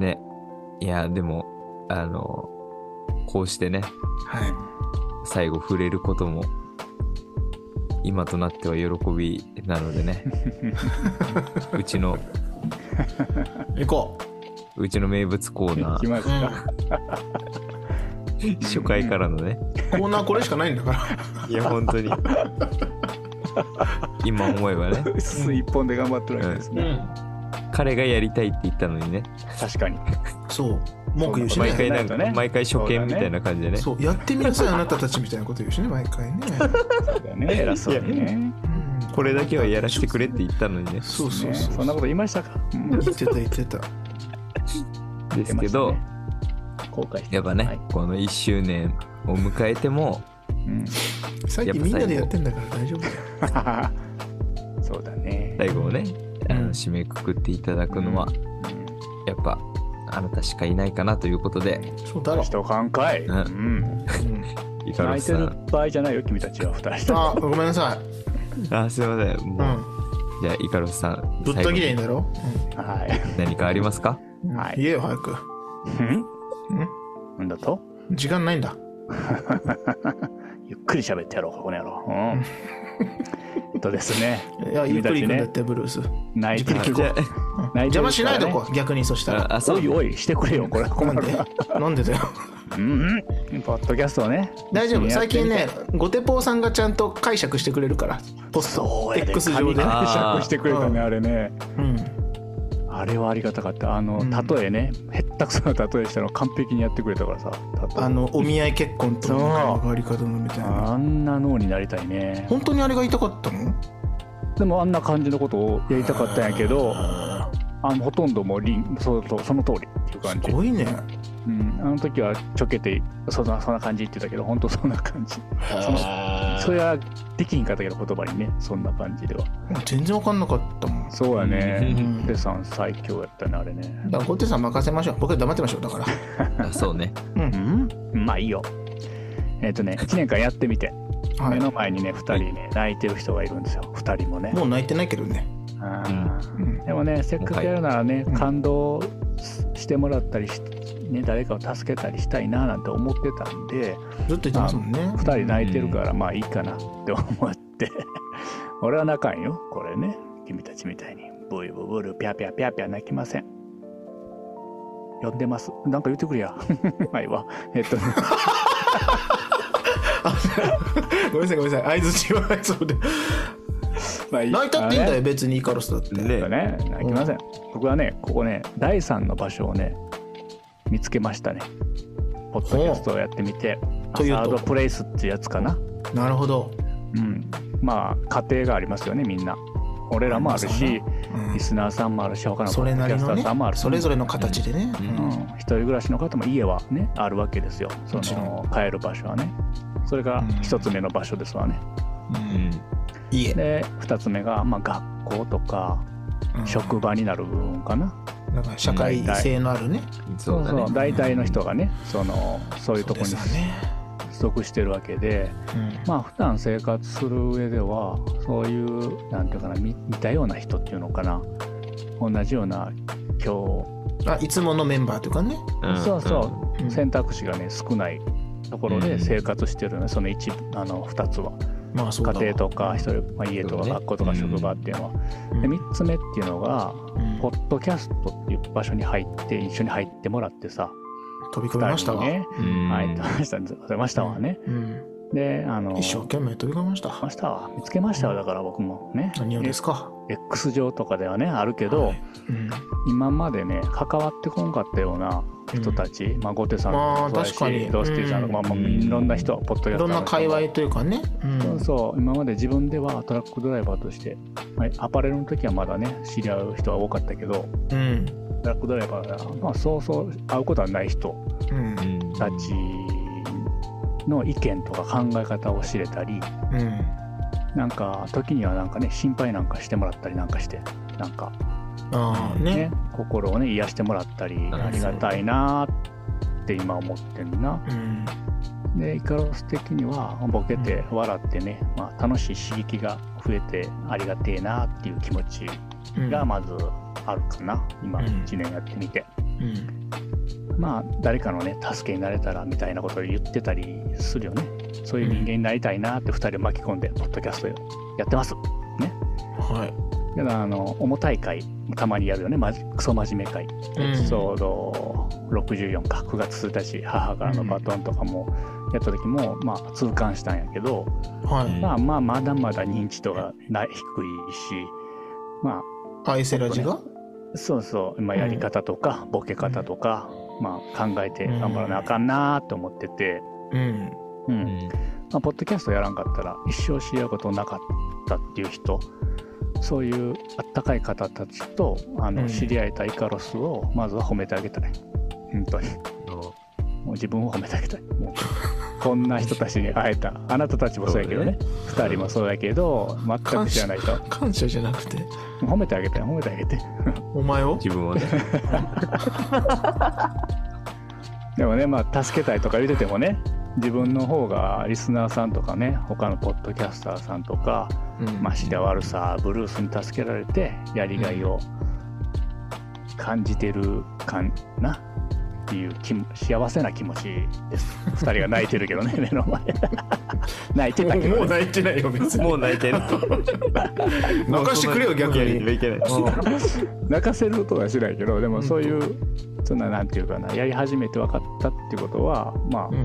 ねいやでもあのこうしてね、 はい、 最後触れることも今となっては喜びなのでねうちの行こううちの名物コーナー行きますか、 うん、初回からのねコーナーこれしかないんだからいや本当に今思えばね一本で頑張ってるわけですね、うんうん、 彼がやりたいって言ったのにね。 確かにそう文句言うしね、 毎回なんか、ね、毎回初見みたいな感じでね。 そう、やってみなさいあなたたちみたいなこと言うしね毎回ねそうだよね、偉そうにね、 うん、これだけはやらせてくれって言ったのにね。 そうそうそう、 ね、そんなこと言いましたか、 うん、言ってた言ってたですけど、ね、 後悔してやっぱね、はい、このいっしゅうねんを迎えても、 うん、最近みんなでやってんだから大丈夫だよそうだね、 最後をね、あの締めくくっていただくのは、うん、やっぱあなたしかいないかなということで。 そうだろ、人考え、うんうん、イカロスさん泣いてる場合じゃないよ君たちはふたり。 あ、ごめんなさいあ、すいませんもう、うん、じゃあイカロスさんぶった切れいいんだろ、 うん、はい。 何かありますか？ はい、言えよ早く。 うんなんだと？ 時間ないんだゆっくり喋ってやろうこの野郎、うんとですね、 いやゆっくり行くんだってブルース泣いてる、 邪魔しないでこう逆に。そしたらおいおいしてくれよこれ。 なんでなんでだようんポッドキャストをね大丈夫、最近ねゴテポーさんがちゃんと解釈してくれるからポスト X 上で解釈してくれたね、あれね、 うん、 あれはありがたかった。あの、うん、例えねへったくそな例えしたの完璧にやってくれたからさ、 あのお見合い結婚とのあり方のみたいな、 あんな脳になりたいね。 本当にあれが言いたかったの？ でもあんな感じのことをやりたかったんやけど、あのほとんどもうリン そ, その通りっていう感じ。 すごいね、 うん、あの時はちょけてそんなそんな感じって言ったけど本当そんな感じ。そのそれはできひんかったけど言葉にね、そんな感じでは全然分かんなかったもん。 そうやね、ゴテさん最強やったねあれね。 だからゴテさん任せましょう、僕は黙ってましょうだからそうね、 うん、うん、まあいいよ。えっ、ー、とねいちねんかんやってみて、はい、目の前にねふたりね泣いてる人がいるんですよ。ふたりもね。 もう泣いてないけどね。 あ、うん、でもねせっかくやるならね、うん、感動してもらったりし、ね、誰かを助けたりしたいななんて思ってたんで、 ずっと言ってますもんね。 ふたり泣いてるからまあいいかなって思って俺は泣かんよこれね。君たちみたいにブイブブルピャピャピャピャ泣きません。呼んでます。なんか言ってくれやまあいいわ。えっとねごめんなさいごめんなさい、相づちはそうでまあいい、泣いたっていいんだよ、ね、別にイカロスだってね。ね泣きません、うん、僕はねここねだいさんの場所をね見つけましたね。ポッドキャストをやってみて、ハザードプレイスってやつかな。 なるほど、 うん、まあ家庭がありますよねみんな。俺らもあるし、うん、リスナーさんもあるし他のポッドキャスターさんもある、 それぞれの形でね、 うんうん、一人暮らしの方も家はねあるわけですよ。その帰る場所はね。それが一つ目の場所ですわね、 うん、家で二つ目が、まあ、学校とか職場になる部分かな。 だから社会性のあるね、 そうそう、大体の人がね、そのそういうところに属してるわけで、うん、まあ普段生活する上ではそういうなんていうかな、似たような人っていうのかな、同じような今日あいつものメンバーというかね、 うん、そうそう、うん、選択肢がね少ないところで生活してるね、うん、その一あのふたつは、まあ、家庭とか一人、まあ、家とか学校とか職場っていうのは、うん、でみっつめっていうのが、うん、ポッドキャストっていう場所に入って一緒に入ってもらってさ、 飛び込みましたわ、 ね、入ってました出ましたわね、うん、であの一生懸命飛び込みましたましたわ見つけましたわ、だから僕もね。 何をですか？ X 上とかではねあるけど、はいうん、今までね関わってこんかったような人たち、うん、まあゴテさんもそうだし、まあ、ドスティさんとか、うん、まあ、もういろんな人、ポッドキャストの人いろんな界隈というかね、 うん、そうそう今まで自分ではトラックドライバーとして、まあ、アパレルの時はまだね知り合う人が多かったけど、うん、トラックドライバーが、まあ、そうそう会うことはない人たちの意見とか考え方を知れたり、うん、なんか時にはなんかね心配なんかしてもらったりなんかしてなんかあ、ねね、 心をね癒してもらったりありがたいなって今思ってんな、うん、でイカロス的にはボケて笑ってね、まあ、楽しい刺激が増えてありがてえなっていう気持ちがまずあるかな、うん、今いちねんやってみて、うん、まあ誰かのね助けになれたらみたいなことを言ってたりするよねそういう人間になりたいなってふたりを巻き込んでポッドキャストやってますね。 はい。 だからあの重たい回たまにやるよね、まじクソ真面目回、エピソードろくじゅうよんか、くがつついたち母からのバトンとかもやった時も、まあ痛感したんやけど、はい、まあまあまだまだ認知度がない低いし、まあエセラジが、 ね、そうそう、まあ、やり方とか、うん、ボケ方とか、うん、まあ考えて頑張らなあかんなと思ってて、うんうん、まあポッドキャストやらんかったら一生知り合うことなかったっていう人、そういうあったかい方たちとあの知り合えたイカロスをまずは褒めてあげたい。本当にもう自分を褒めてあげたい。もうこんな人たちに会えた。あなたたちもそうやけどね、ふたりもそうやけど全く知らない人、 感謝じゃなくて褒めてあげたい、褒めてあげてお前を自分をねでもね、まあ助けたいとか言っててもね、自分の方がリスナーさんとかね、他のポッドキャスターさんとか、うん、まあシダ悪さブルースに助けられてやりがいを感じてるかなっていう気幸せな気持ちです。ふたりが泣いてるけどね目の前泣いてたけど、ね、 もう泣いてないよ別にもう泣いてる泣かしてくれよ逆に泣かせることはしないけど、でもそういう、うん、そんななんていうかな、やり始めて分かったっていうことはまあ、うん、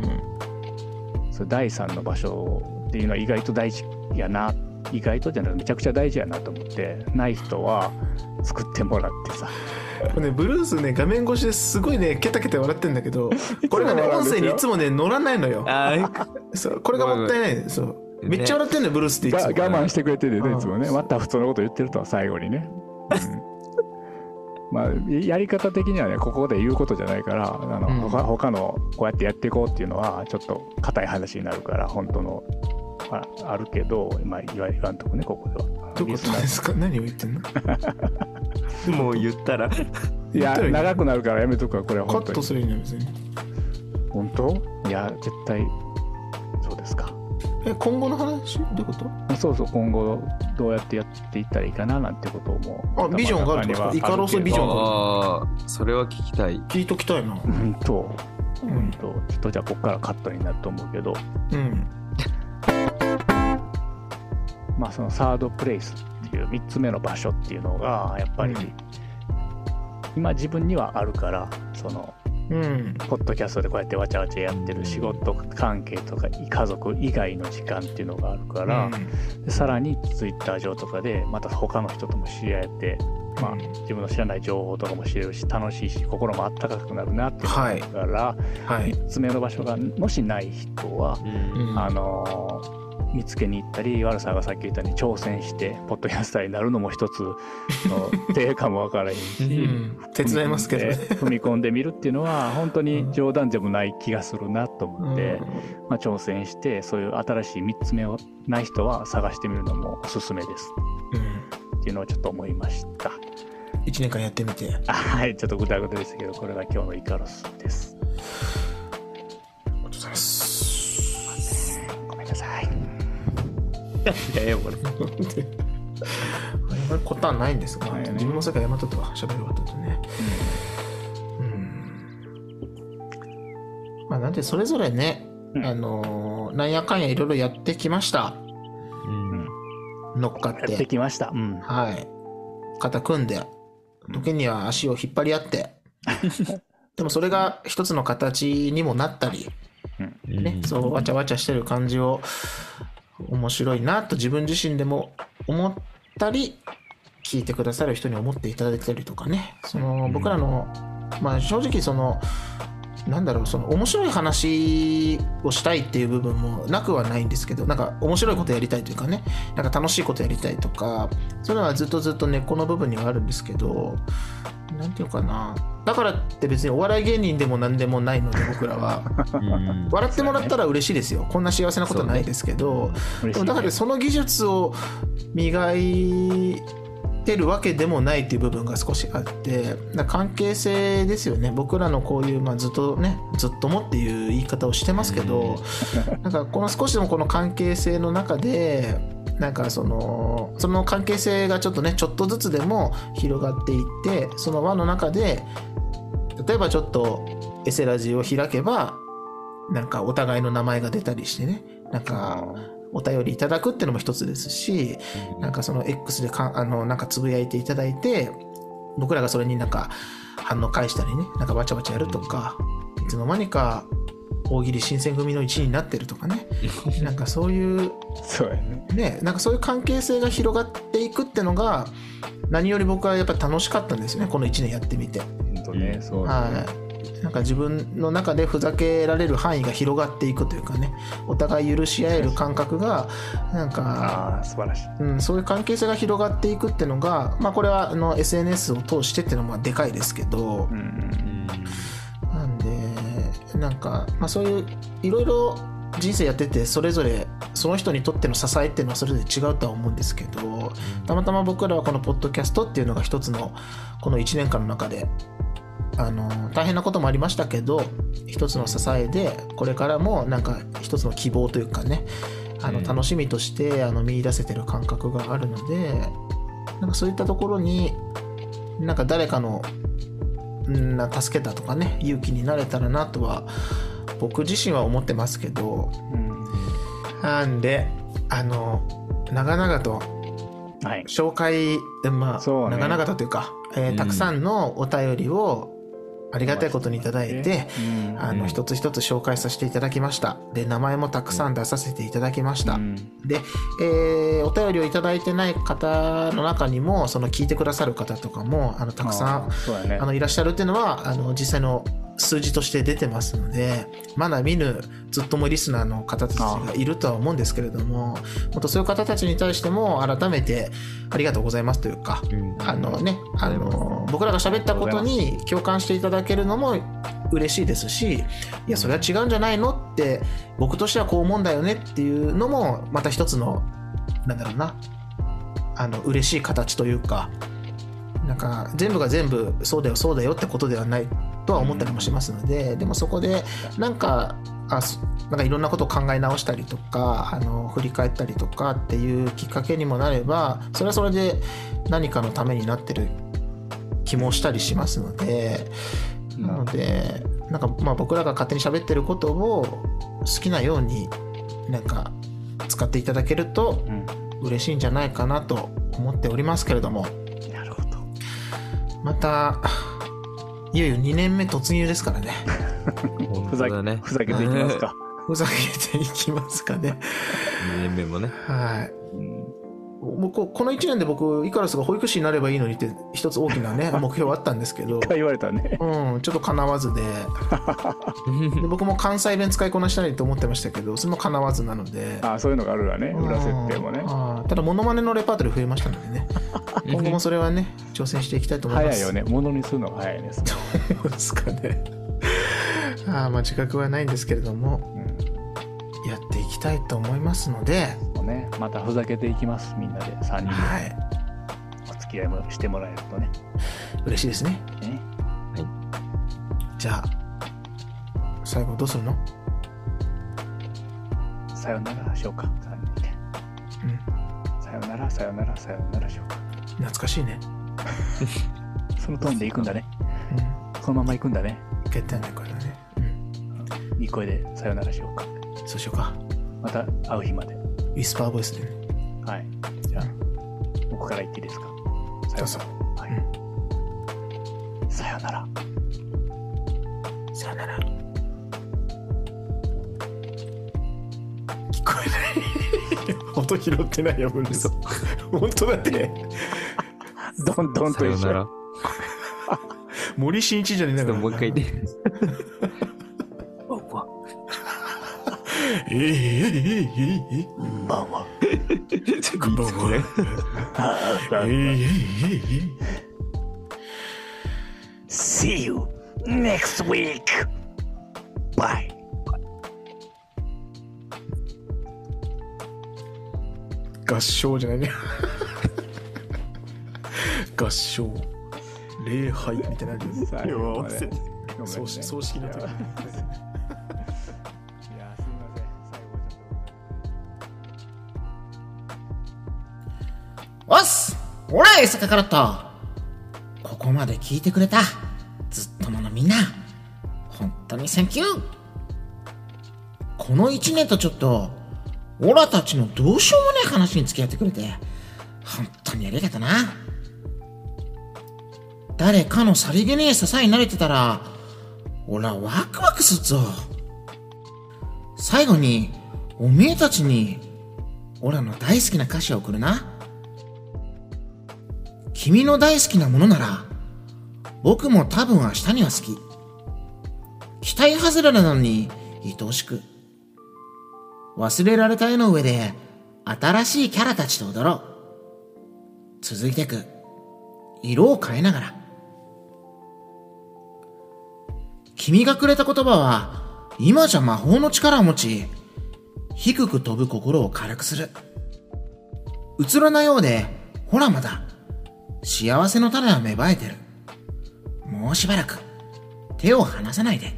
それだいさんの場所っていうのは意外と大事やな、意外とじゃなくてめちゃくちゃ大事やなと思って、ない人は作ってもらってさこれね、ブルースね、画面越しですごいねケタケタ笑ってんだけど、これがね音声にいつもね乗らないのよ。あそうこれがもったいない。そうめっちゃ笑ってんのよ、ブルースっていつも我慢してくれてるよね、いつもね。また普通のこと言ってるとは最後にね、うん、まあやり方的にはねここで言うことじゃないから、あの、うん、他, 他のこうやってやっていこうっていうのはちょっと硬い話になるから本当の あ, あるけど、まあ、言わ言わんとこね、ここでは。 どういうことですか？何を言ってんのもう言ったらいや長くなるからやめとくわ、これは本当に。 カットするね別に。 本当？いや絶対そうですか。 え今後の話どういうこと？ そうそう、今後どうやってやっていったらいいかななんてことをもう。 あビジョンがあるってこと？イカロスビジョンがある。 ああそれは聞きたい。 聞いときたいな。 うんと、うんとちょっとじゃあここからカットになると思うけど。うん。まあそのサードプレイスっていうみっつめの場所っていうのがやっぱり、うん、今自分にはあるから、その、うん、ポッドキャストでこうやってわちゃわちゃやってる仕事関係とか家族以外の時間っていうのがあるから、うん、でさらにツイッター上とかでまた他の人とも知り合えて、まあ、自分の知らない情報とかも知れるし楽しいし心もあったかくなるなっていうのがあるから、はいはい、みっつめの場所がもしない人は、うん、あのー見つけに行ったり、悪さがさっき言ったように挑戦してポッドキャスターになるのも一つの手かもわからへんし、うん、 手伝いますけどね踏み込んでみるっていうのは本当に冗談でもない気がするなと思って、うんまあ、挑戦してそういう新しいみっつめをない人は探してみるのもおすすめです、うん、っていうのをちょっと思いました。 いちねんかんやってみて、 はい、ちょっとグダグダでしたけど、これが今日のイカロスです。 ありがとうございます。 ごめんなさい。 いやいやこれ謝ることはないんですが、ね、自分の世界謝っとっては喋るわとね、うん、うん、まあなんでそれぞれね、うん、あのなんやかんやいろいろやってきました、うん、乗っかってやってきました、うん、 はい肩組んで時には足を引っ張り合ってでもそれが一つの形にもなったり、うんね、そうわちゃわちゃしてる感じを面白いなと自分自身でも思ったり、聞いてくださる人に思っていただいたりとかね、その僕らの、まあ正直そのなんだろう、その面白い話をしたいっていう部分もなくはないんですけど、なんか面白いことやりたいというかね、なんか楽しいことやりたいとか、そういうのはずっとずっと根っこの部分にはあるんですけど、なんていうかな、だからって別にお笑い芸人でも何でもないので僕らは笑ってもらったら嬉しいですよ、こんな幸せなことはないですけど、ね、でもだからその技術を磨いてるわけでもないっていう部分が少しあって、だ関係性ですよね。僕らのこういう、まあ、ずっとねずっともっていう言い方をしてますけど、なんかこの少しでもこの関係性の中でなんかそのその関係性がちょっとねちょっとずつでも広がっていって、その輪の中で例えばちょっとエセラジを開けばなんかお互いの名前が出たりしてね、なんかお便りいただくっていうのも一つですし、なんかその X でかあのなんかつぶやいていただいて、僕らがそれになんか反応返したりね、なんかバチャバチャやるとか、いつの間にか大喜利新選組の一員になってるとかねなんかそういうそうやね、 ね、なんかそういう関係性が広がっていくってのが何より僕はやっぱり楽しかったんですよね、このいちねんやってみて。 本当ね、そうね、 はい、なんか自分の中でふざけられる範囲が広がっていくというかね、お互い許し合える感覚がなんか、 あ、素晴らしい、 うん、そういう関係性が広がっていくっていうのが、まあこれはあの エスエヌエス を通してっていうのはでかいですけど、うんうん、なんでなんか、まあ、そういういろいろ人生やっててそれぞれその人にとっての支えっていうのはそれぞれ違うとは思うんですけど、たまたま僕らはこのポッドキャストっていうのが一つのこのいちねんかんの中であの大変なこともありましたけど一つの支えで、これからもなんか一つの希望というかね、あの楽しみとしてあの見出せてる感覚があるので、なんかそういったところになんか誰かのな助けたとかね、勇気になれたらなとは僕自身は思ってますけど、うん、なんであの長々と紹介、はい、まあ、ね、長々とというか、えーうん、たくさんのお便りをありがたいことにいただいて、うん、あの一つ一つ紹介させていただきました。で、名前もたくさん出させていただきました。うん、で、えー、お便りをいただいてない方の中にもその聞いてくださる方とかもあのたくさん あ、ね、あのいらっしゃるっていうのはあの実際の数字として出てますので、まだ見ぬずっともリスナーの方たちがいるとは思うんですけれども、もっとそういう方たちに対しても改めてありがとうございますというか、うん、あのね、あの僕らが喋ったことに共感していただけるのも嬉しいですし、いやそれは違うんじゃないのって僕としてはこう思うんだよねっていうのもまた一つのなんだろうな、あの嬉しい形というか、なんか全部が全部そうだよそうだよってことではないとは思ったりもしますので、うん、でもそこでなんかあなんかいろんなことを考え直したりとか、あの振り返ったりとかっていうきっかけにもなれば、それはそれで何かのためになってる気もしたりしますので、うん、なのでなんかまあ僕らが勝手に喋ってることを好きなようになんか使っていただけると嬉しいんじゃないかなと思っておりますけれども、 なるほど、 またいよいよにねんめ突入ですからねふざけ、ね、ふざけていきますかふざけていきますかねにねんめもね、 はい、うん、僕このいちねんで僕イカロスが保育士になればいいのにって一つ大きなね目標あったんですけど言われたね、 うん、ちょっと叶わず で, で僕も関西弁使いこなしたいと思ってましたけどそれも叶わずなので、 あ、そういうのがあるわね、裏設定もね、 あ、ただモノマネのレパートリー増えましたのでね今後もそれはね挑戦していきたいと思います。 早いよね、ものにするのが早いです、ね、 どうですかねあ、まあ自覚はないんですけれども、うん、やっていきたいと思いますので、 ね、またふざけていきます、みんなでさんにんで、はい、お付き合いもしてもらえるとね嬉しいですね。ね、はい、じゃあ最後どうするの？ さよならしようか、さんにんで、うん、さよならさよならさよならしようか。 懐かしいねそのトーンで行くんだね、うん、そのまま行くんだね。 いけたねこれはね、 うん、いい声でさよならしようか。 そうしようか。 また会う日までウィスパーボイスでね。 はい。じゃあ、うん、僕から言っていいですか。 どうぞ。 はい。うん、さよなら。 さよなら。聞こえない。音拾ってないよ、ブルース。本当だって。 どんどんと一緒。さよなら。 森進一じゃねえんだから。 もう一回言って。 えー、えー、えー、えー、 こんばんは。 こんばんは。えー、えー、えー、 See you next week. Bye. 合唱じゃないね。合唱。礼拝みたいな。葬式の時。おっす、おらい、坂からっと。ここまで聞いてくれたずっとものみんな、本当にセンキュー。 この一年とちょっとオラたちのどうしようもない話に付き合ってくれて本当にありがとな。誰かのさりげねえ支えに慣れてたらオラワクワクすっぞ。最後におめえたちにオラの大好きな歌詞を送るな。君の大好きなものなら僕も多分明日には好き。期待外れなのに愛おしく。忘れられた絵の上で新しいキャラたちと踊ろう。続いてく。色を変えながら。君がくれた言葉は今じゃ魔法の力を持ち、低く飛ぶ心を軽くする。うつろなようで、ほらまだ幸せの種は芽生えてる。もうしばらく手を離さないで。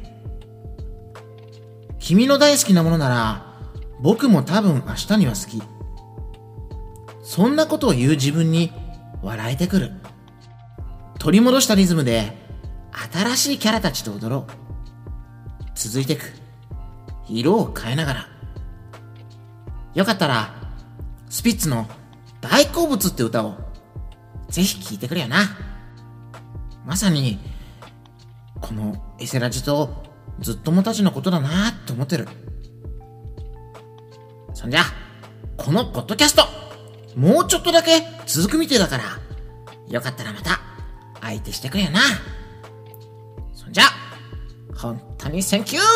君の大好きなものなら僕も多分明日には好き。そんなことを言う自分に笑えてくる。取り戻したリズムで新しいキャラたちと踊ろう。続いてく。色を変えながら。よかったらスピッツの大好物って歌をぜひ聴いてくれよな。まさにこのエセラジとずっともたちのことだなって思ってる。そんじゃこのポッドキャストもうちょっとだけ続くみてえだから、よかったらまた相手してくれよな。そんじゃ本当にセンキュー。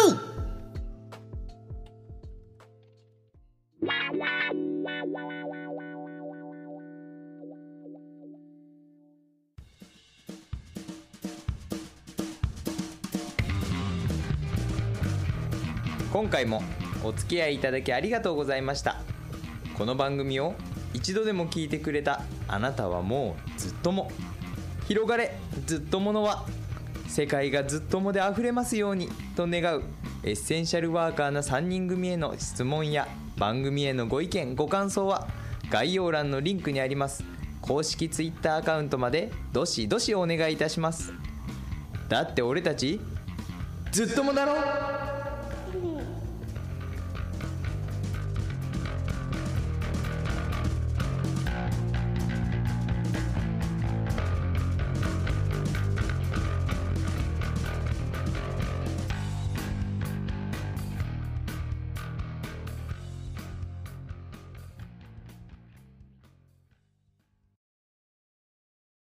今回もお付き合いいただきありがとうございました。この番組を一度でも聞いてくれたあなたはもうずっとも。広がれずっとものは、世界がずっともであふれますようにと願うエッセンシャルワーカーなさんにん組への質問や番組へのご意見ご感想は概要欄のリンクにあります公式ツイッターアカウントまでどしどしお願いいたします。だって俺たちずっともだろ。